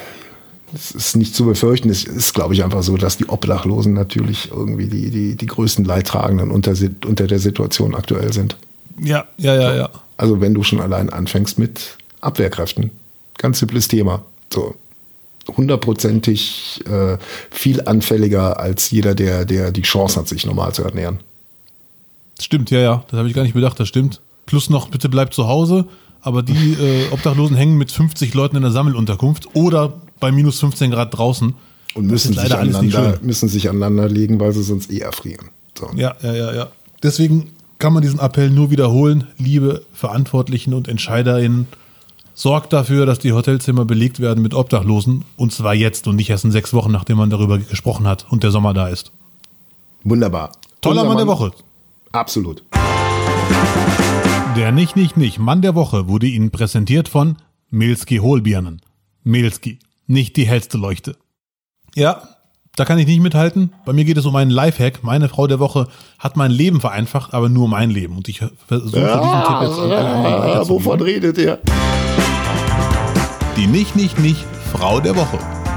es ist nicht zu befürchten. Es ist, glaube ich, einfach so, dass die Obdachlosen natürlich irgendwie die, die, die größten Leidtragenden unter, unter der Situation aktuell sind. Ja, ja, ja, ja. Also wenn du schon allein anfängst mit Abwehrkräften, ganz simples Thema. So hundertprozentig äh, viel anfälliger als jeder, der, der die Chance hat, sich normal zu ernähren. Stimmt, ja, ja. Das habe ich gar nicht bedacht, das stimmt. Plus noch, bitte bleibt zu Hause. Aber die äh, Obdachlosen hängen mit fünfzig Leuten in der Sammelunterkunft oder bei minus fünfzehn Grad draußen. Und müssen sich, aneinander, müssen sich aneinander legen, weil sie sonst eh erfrieren. So. Ja, ja, ja, ja. Deswegen kann man diesen Appell nur wiederholen. Liebe Verantwortlichen und EntscheiderInnen, sorgt dafür, dass die Hotelzimmer belegt werden mit Obdachlosen. Und zwar jetzt und nicht erst in sechs Wochen, nachdem man darüber gesprochen hat und der Sommer da ist. Wunderbar. Toller Mann der Woche. Absolut. Der Nicht, Nicht, Nicht Mann der Woche wurde Ihnen präsentiert von Milski Hohlbirnen. Milski, nicht die hellste Leuchte. Ja, da kann ich nicht mithalten. Bei mir geht es um einen Lifehack. Meine Frau der Woche hat mein Leben vereinfacht, aber nur mein Leben. Und ich versuche ja, diesen Tipp jetzt an alle anderen weiterzugeben. Wovon redet ihr? Die Nicht, Nicht, Nicht Frau der Woche.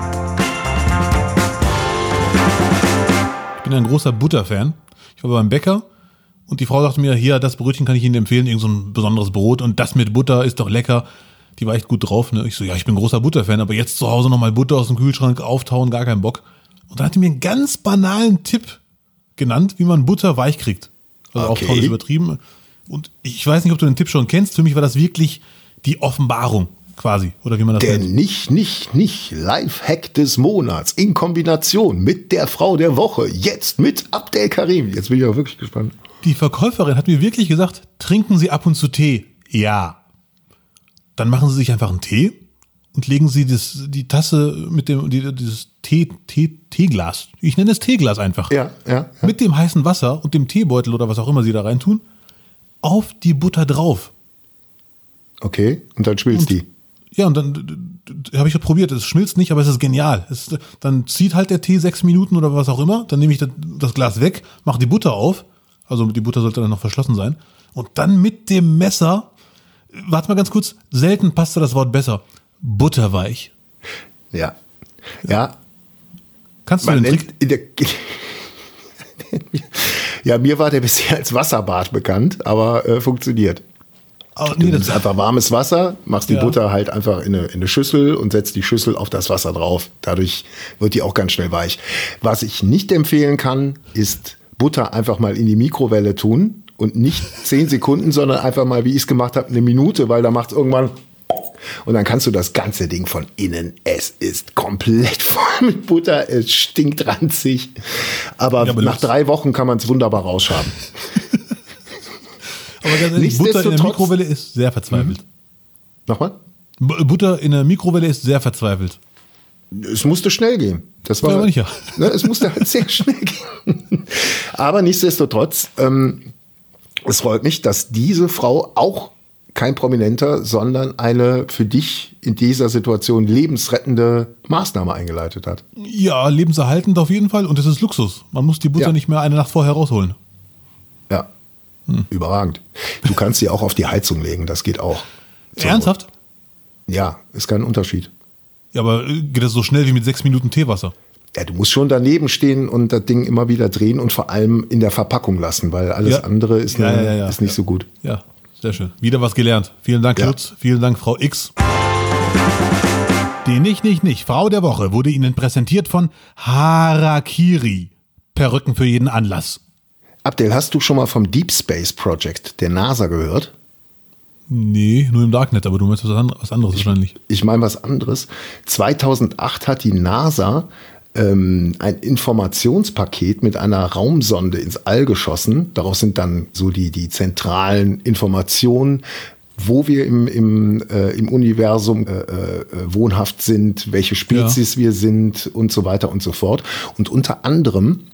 Ich bin ein großer Butterfan. Ich war beim Bäcker. Und die Frau sagte mir, hier, das Brötchen kann ich Ihnen empfehlen, irgend so ein besonderes Brot und das mit Butter ist doch lecker. Die war echt gut drauf, ne? Ich so, ja, ich bin großer Butterfan, aber jetzt zu Hause nochmal Butter aus dem Kühlschrank auftauen, gar keinen Bock. Und dann hat die mir einen ganz banalen Tipp genannt, wie man Butter weich kriegt. Also okay. Auftauen ist übertrieben. Und ich weiß nicht, ob du den Tipp schon kennst. Für mich war das wirklich die Offenbarung quasi, oder wie man das Der nennt. nicht, nicht, nicht Lifehack des Monats in Kombination mit der Frau der Woche. Jetzt mit Abdel Karim. Jetzt bin ich auch wirklich gespannt. Die Verkäuferin hat mir wirklich gesagt, trinken Sie ab und zu Tee. Ja. Dann machen Sie sich einfach einen Tee und legen Sie das, die Tasse mit dem, die, dieses Tee, Tee, Teeglas. Ich nenne es Teeglas einfach. Ja, ja, ja. Mit dem heißen Wasser und dem Teebeutel oder was auch immer Sie da reintun, auf die Butter drauf. Okay, und dann schmilzt und, die. Ja, und dann habe ich probiert. Es schmilzt nicht, aber es ist genial. Es ist, dann zieht halt der Tee sechs Minuten oder was auch immer. Dann nehme ich das, das Glas weg, mache die Butter auf. Also die Butter sollte dann noch verschlossen sein. Und dann mit dem Messer, warte mal ganz kurz, selten passt da das Wort besser, butterweich. Ja. Ja. Kannst du den Trick? Der, ja, mir war der bisher als Wasserbad bekannt, aber äh, funktioniert. Oh, nee, du nimmst einfach warmes Wasser, machst die ja. Butter halt einfach in eine, in eine Schüssel und setzt die Schüssel auf das Wasser drauf. Dadurch wird die auch ganz schnell weich. Was ich nicht empfehlen kann, ist Butter einfach mal in die Mikrowelle tun und nicht zehn Sekunden, sondern einfach mal, wie ich es gemacht habe, eine Minute, weil da macht es irgendwann und dann kannst du das ganze Ding von innen, es ist komplett voll mit Butter, es stinkt ranzig, aber, ja, aber nach drei Wochen kann man es wunderbar rausschaben. Aber ganz ehrlich, Butter in der Mikrowelle ist sehr verzweifelt. Mhm. Nochmal? B- Butter in der Mikrowelle ist sehr verzweifelt. Es musste schnell gehen. Das war, ja, aber nicht, ja. Ne, es musste halt sehr schnell gehen. Aber nichtsdestotrotz, ähm, es freut mich, dass diese Frau auch kein Prominenter, sondern eine für dich in dieser Situation lebensrettende Maßnahme eingeleitet hat. Ja, lebenserhaltend auf jeden Fall. Und es ist Luxus. Man muss die Butter ja. nicht mehr eine Nacht vorher rausholen. Ja. Hm. Überragend. Du kannst sie auch auf die Heizung legen, das geht auch. Ernsthaft? Ja, ist kein Unterschied. Ja, aber geht das so schnell wie mit sechs Minuten Teewasser? Ja, du musst schon daneben stehen und das Ding immer wieder drehen und vor allem in der Verpackung lassen, weil alles ja. andere ist, ja, eine, ja, ja, ist nicht ja. so gut. Ja, sehr schön. Wieder was gelernt. Vielen Dank, ja. Lutz. Vielen Dank, Frau X. Die Nicht, Nicht, Nicht Frau der Woche wurde Ihnen präsentiert von Harakiri. Perücken für jeden Anlass. Abdel, hast du schon mal vom Deep Space Project der NASA gehört? Nee, nur im Darknet, aber du meinst was anderes ich, wahrscheinlich. Ich meine was anderes. zweitausendacht hat die NASA ähm, ein Informationspaket mit einer Raumsonde ins All geschossen. Daraus sind dann so die, die zentralen Informationen, wo wir im, im, äh, im Universum äh, äh, wohnhaft sind, welche Spezies ja. wir sind und so weiter und so fort. Und unter anderem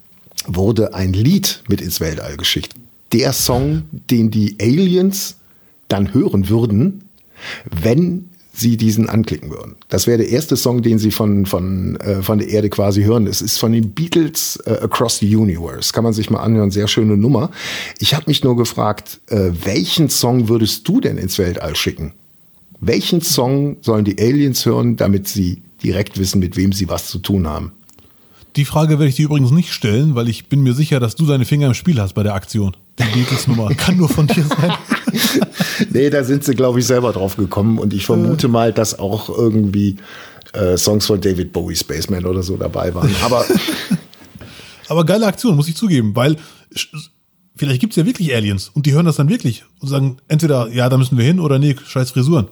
wurde ein Lied mit ins Weltall geschickt. Der Song, den die Aliens dann hören würden, wenn sie diesen anklicken würden. Das wäre der erste Song, den sie von, von, äh, von der Erde quasi hören. Es ist von den Beatles äh, Across the Universe. Kann man sich mal anhören. Sehr schöne Nummer. Ich habe mich nur gefragt, äh, welchen Song würdest du denn ins Weltall schicken? Welchen Song sollen die Aliens hören, damit sie direkt wissen, mit wem sie was zu tun haben? Die Frage werde ich dir übrigens nicht stellen, weil ich bin mir sicher, dass du deine Finger im Spiel hast bei der Aktion. Die Beatles-Nummer kann nur von dir sein. Nee, da sind sie, glaube ich, selber drauf gekommen. Und ich vermute mal, dass auch irgendwie äh, Songs von David Bowie, Spaceman oder so dabei waren. Aber, Aber geile Aktion, muss ich zugeben, weil vielleicht gibt es ja wirklich Aliens und die hören das dann wirklich und sagen entweder, ja, da müssen wir hin oder nee, scheiß Frisuren.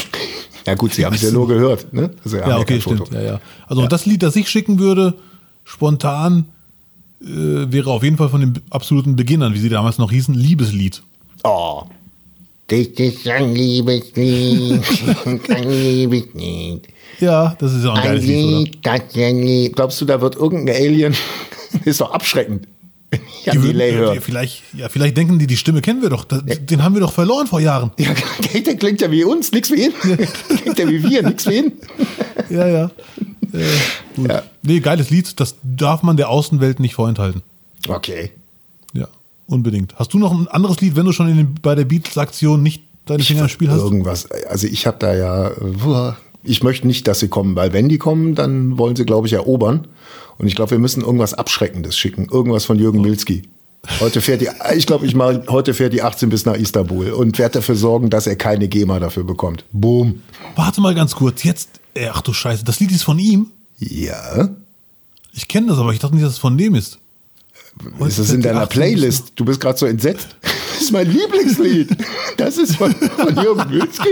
Ja gut, sie haben es ja nur gehört. Ne? Also, ja, okay, stimmt. Ja, ja. Also ja. das Lied, das ich schicken würde, spontan, äh, wäre auf jeden Fall von den absoluten Beginnern, wie sie damals noch hießen, Liebeslied. Oh. Das ist ein Liebeslied. Ein Liebeslied. Ja, das ist ja auch ein, ein geiles Lied, Lied, oder? Das ist ein Lied. Glaubst du, da wird irgendein Alien, ist doch abschreckend. Ja, die würden, ja, vielleicht, ja, vielleicht denken die, die Stimme kennen wir doch. Das, ja. Den haben wir doch verloren vor Jahren. Ja, der klingt ja wie uns, nix wie ihn. Ja. Klingt ja wie wir, nix wie ihn. Ja, ja. Äh, gut. Ja. Nee, geiles Lied, das darf man der Außenwelt nicht vorenthalten. Okay. Ja, unbedingt. Hast du noch ein anderes Lied, wenn du schon in den, bei der Beatles-Aktion nicht deine Finger im Spiel hast? Irgendwas. Also ich habe da ja, ich möchte nicht, dass sie kommen, weil wenn die kommen, dann wollen sie, glaube ich, erobern. Und ich glaube, wir müssen irgendwas Abschreckendes schicken. Irgendwas von Jürgen Milski. Heute fährt die, ich glaube, ich mal, heute fährt die achtzehn bis nach Istanbul und werde dafür sorgen, dass er keine GEMA dafür bekommt. Boom. Warte mal ganz kurz. Jetzt, ach du Scheiße, das Lied ist von ihm? Ja. Ich kenne das, aber ich dachte nicht, dass es von dem ist. Heute ist das in deiner Playlist? Du bist gerade so entsetzt. Das ist mein Lieblingslied. Das ist von, von Jürgen Milski.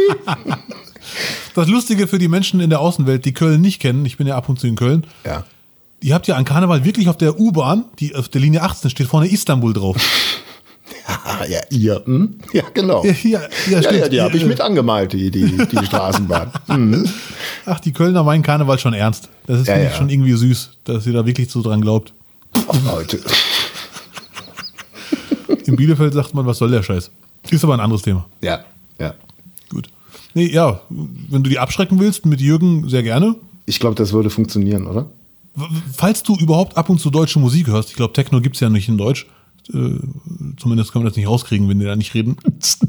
Das Lustige für die Menschen in der Außenwelt, die Köln nicht kennen, ich bin ja ab und zu in Köln. Ja. Ihr habt ja an Karneval wirklich auf der U-Bahn, die auf der Linie achtzehn steht vorne Istanbul drauf. Ja, ja, ihr, hm? Ja, genau. Ja, ja, ja, ja, ja die habe ich mit angemalt, die, die, die Straßenbahn. Mhm. Ach, die Kölner meinen Karneval schon ernst. Das ist ja, ja. schon irgendwie süß, dass ihr da wirklich so dran glaubt. Oh, Leute. In Bielefeld sagt man, was soll der Scheiß? Ist aber ein anderes Thema. Ja, ja. Gut. Nee, ja, wenn du die abschrecken willst mit Jürgen, sehr gerne. Ich glaube, das würde funktionieren, oder? Falls du überhaupt ab und zu deutsche Musik hörst, ich glaube, Techno gibt es ja nicht in Deutsch, äh, zumindest können wir das nicht rauskriegen, wenn die da nicht reden,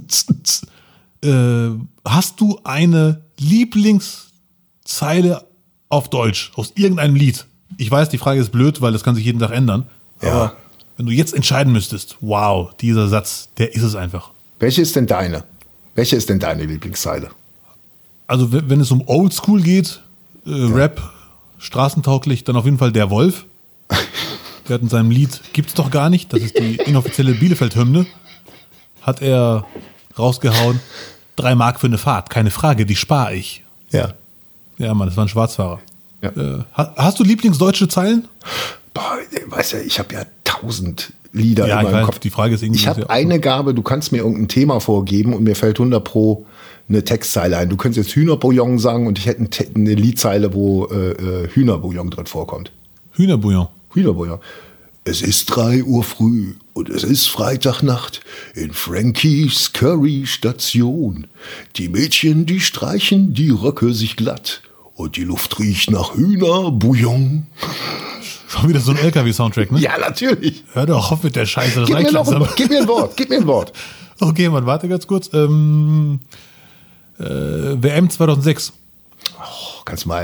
äh, hast du eine Lieblingszeile auf Deutsch, aus irgendeinem Lied? Ich weiß, die Frage ist blöd, weil das kann sich jeden Tag ändern, ja. Aber wenn du jetzt entscheiden müsstest, wow, dieser Satz, der ist es einfach. Welche ist denn deine? Welche ist denn deine Lieblingszeile? Also wenn es um Oldschool geht, äh, ja. Rap, straßentauglich, dann auf jeden Fall der Wolf. Der hat in seinem Lied Gibt's doch gar nicht, das ist die inoffizielle Bielefeld-Hymne, hat er rausgehauen, drei Mark für eine Fahrt, keine Frage, die spare ich. Ja. Ja, Mann, das war ein Schwarzfahrer. Ja. Äh, hast du Lieblingsdeutsche Zeilen? Boah, weißt du, ich habe ja tausend Lieder ja, in meinem weiß, Kopf. Die Frage ist irgendwie. Ich habe eine Gabe, du kannst mir irgendein Thema vorgeben und mir fällt hundert pro eine Textzeile ein. Du könntest jetzt Hühnerbouillon sagen und ich hätte eine Liedzeile, wo äh, Hühnerbouillon drin vorkommt. Hühnerbouillon. Hühnerbouillon. Es ist drei Uhr früh und es ist Freitagnacht in Frankies Curry Station. Die Mädchen, die streichen die Röcke sich glatt und die Luft riecht nach Hühnerbouillon. Schon wieder so ein L K W-Soundtrack, ne? Ja, natürlich. Hör doch auf mit der Scheiße. Das gib, mir noch langsam. ein, gib mir ein Wort, gib mir ein Wort. Okay, Mann, warte ganz kurz. Ähm, äh, W M zweitausendsechs. Oh, kannst mal.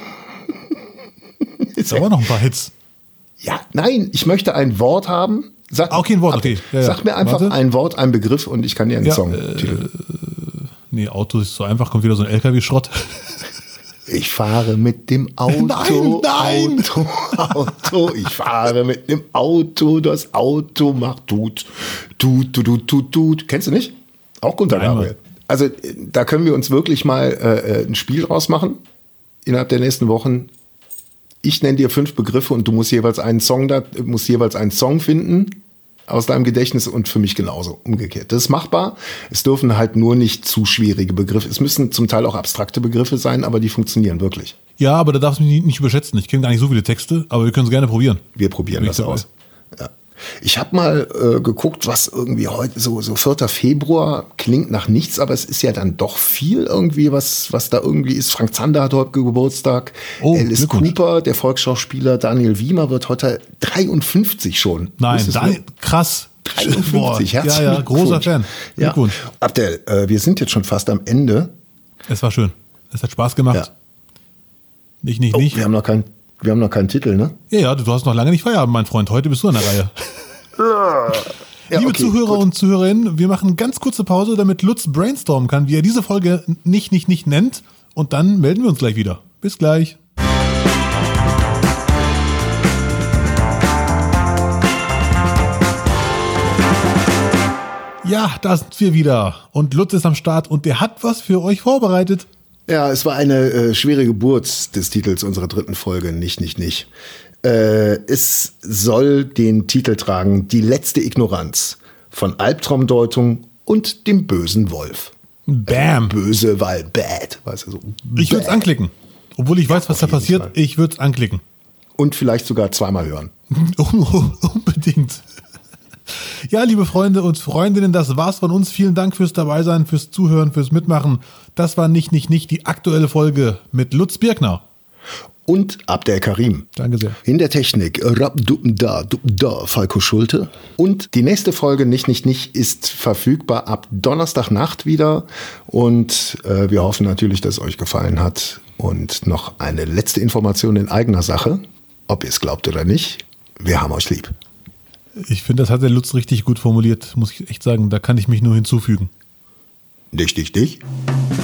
Ist aber noch ein paar Hits. Ja, nein, ich möchte ein Wort haben. Sag, okay, ein Wort, okay. Ja, sag ja. mir einfach Warte. ein Wort, einen Begriff und ich kann dir einen ja, Song äh, titeln. Nee, Auto ist so einfach, kommt wieder so ein L K W-Schrott. Ich fahre mit dem Auto, nein, nein. Auto, Auto, ich fahre mit dem Auto, das Auto macht tut, tut, tut, tut, tut, tut. Kennst du nicht? Auch Gunter Gabriel. Also da können wir uns wirklich mal äh, ein Spiel draus machen innerhalb der nächsten Wochen. Ich nenne dir fünf Begriffe und du musst jeweils einen Song, da, musst jeweils einen Song finden aus deinem Gedächtnis und für mich genauso umgekehrt. Das ist machbar. Es dürfen halt nur nicht zu schwierige Begriffe. Es müssen zum Teil auch abstrakte Begriffe sein, aber die funktionieren wirklich. Ja, aber da darfst du mich nicht überschätzen. Ich kenne gar nicht so viele Texte, aber wir können es gerne probieren. Wir probieren das aus. Ja. Ich habe mal äh, geguckt, was irgendwie heute so, so vierter Februar klingt nach nichts, aber es ist ja dann doch viel irgendwie, was, was da irgendwie ist. Frank Zander hat heute Geburtstag. Oh, Alice Cooper, der Volksschauspieler Daniel Wiemer wird heute dreiundfünfzig schon. Nein, Daniel, krass. dreiundfünfzig, herzlichen Ja, ja, großer Fan. Glückwunsch. Ja. Abdel, äh, wir sind jetzt schon fast am Ende. Es war schön. Es hat Spaß gemacht. Ja. Nicht, nicht, oh, nicht. Wir haben noch keinen Wir haben noch keinen Titel, ne? Ja, ja, du hast noch lange nicht Feierabend, mein Freund. Heute bist du an der Reihe. Ja, Liebe okay, Zuhörer gut. und Zuhörerinnen, wir machen ganz kurze Pause, damit Lutz brainstormen kann, wie er diese Folge nicht, nicht, nicht nennt. Und dann melden wir uns gleich wieder. Bis gleich. Ja, da sind wir wieder. Und Lutz ist am Start und der hat was für euch vorbereitet. Ja, es war eine äh, schwere Geburt des Titels unserer dritten Folge. Nicht, nicht, nicht. Äh, es soll den Titel tragen, Die letzte Ignoranz von Albtraumdeutung und dem bösen Wolf. Bam. Äh, böse, weil bad. Weißt du, so ich würde es anklicken. Obwohl ich weiß, was da passiert, Fall. Ich würde es anklicken. Und vielleicht sogar zweimal hören. Unbedingt. Ja, liebe Freunde und Freundinnen, das war's von uns. Vielen Dank fürs Dabeisein, fürs Zuhören, fürs Mitmachen. Das war nicht, nicht, nicht die aktuelle Folge mit Lutz Birkner. Und Abdel Karim. Danke sehr. In der Technik da, da, Falco Schulte. Und die nächste Folge Nicht, Nicht, Nicht ist verfügbar ab Donnerstagnacht wieder. Und äh, wir hoffen natürlich, dass es euch gefallen hat. Und noch eine letzte Information in eigener Sache. Ob ihr es glaubt oder nicht, wir haben euch lieb. Ich finde, das hat der Lutz richtig gut formuliert, muss ich echt sagen. Da kann ich mich nur hinzufügen. Dich, dich, dich.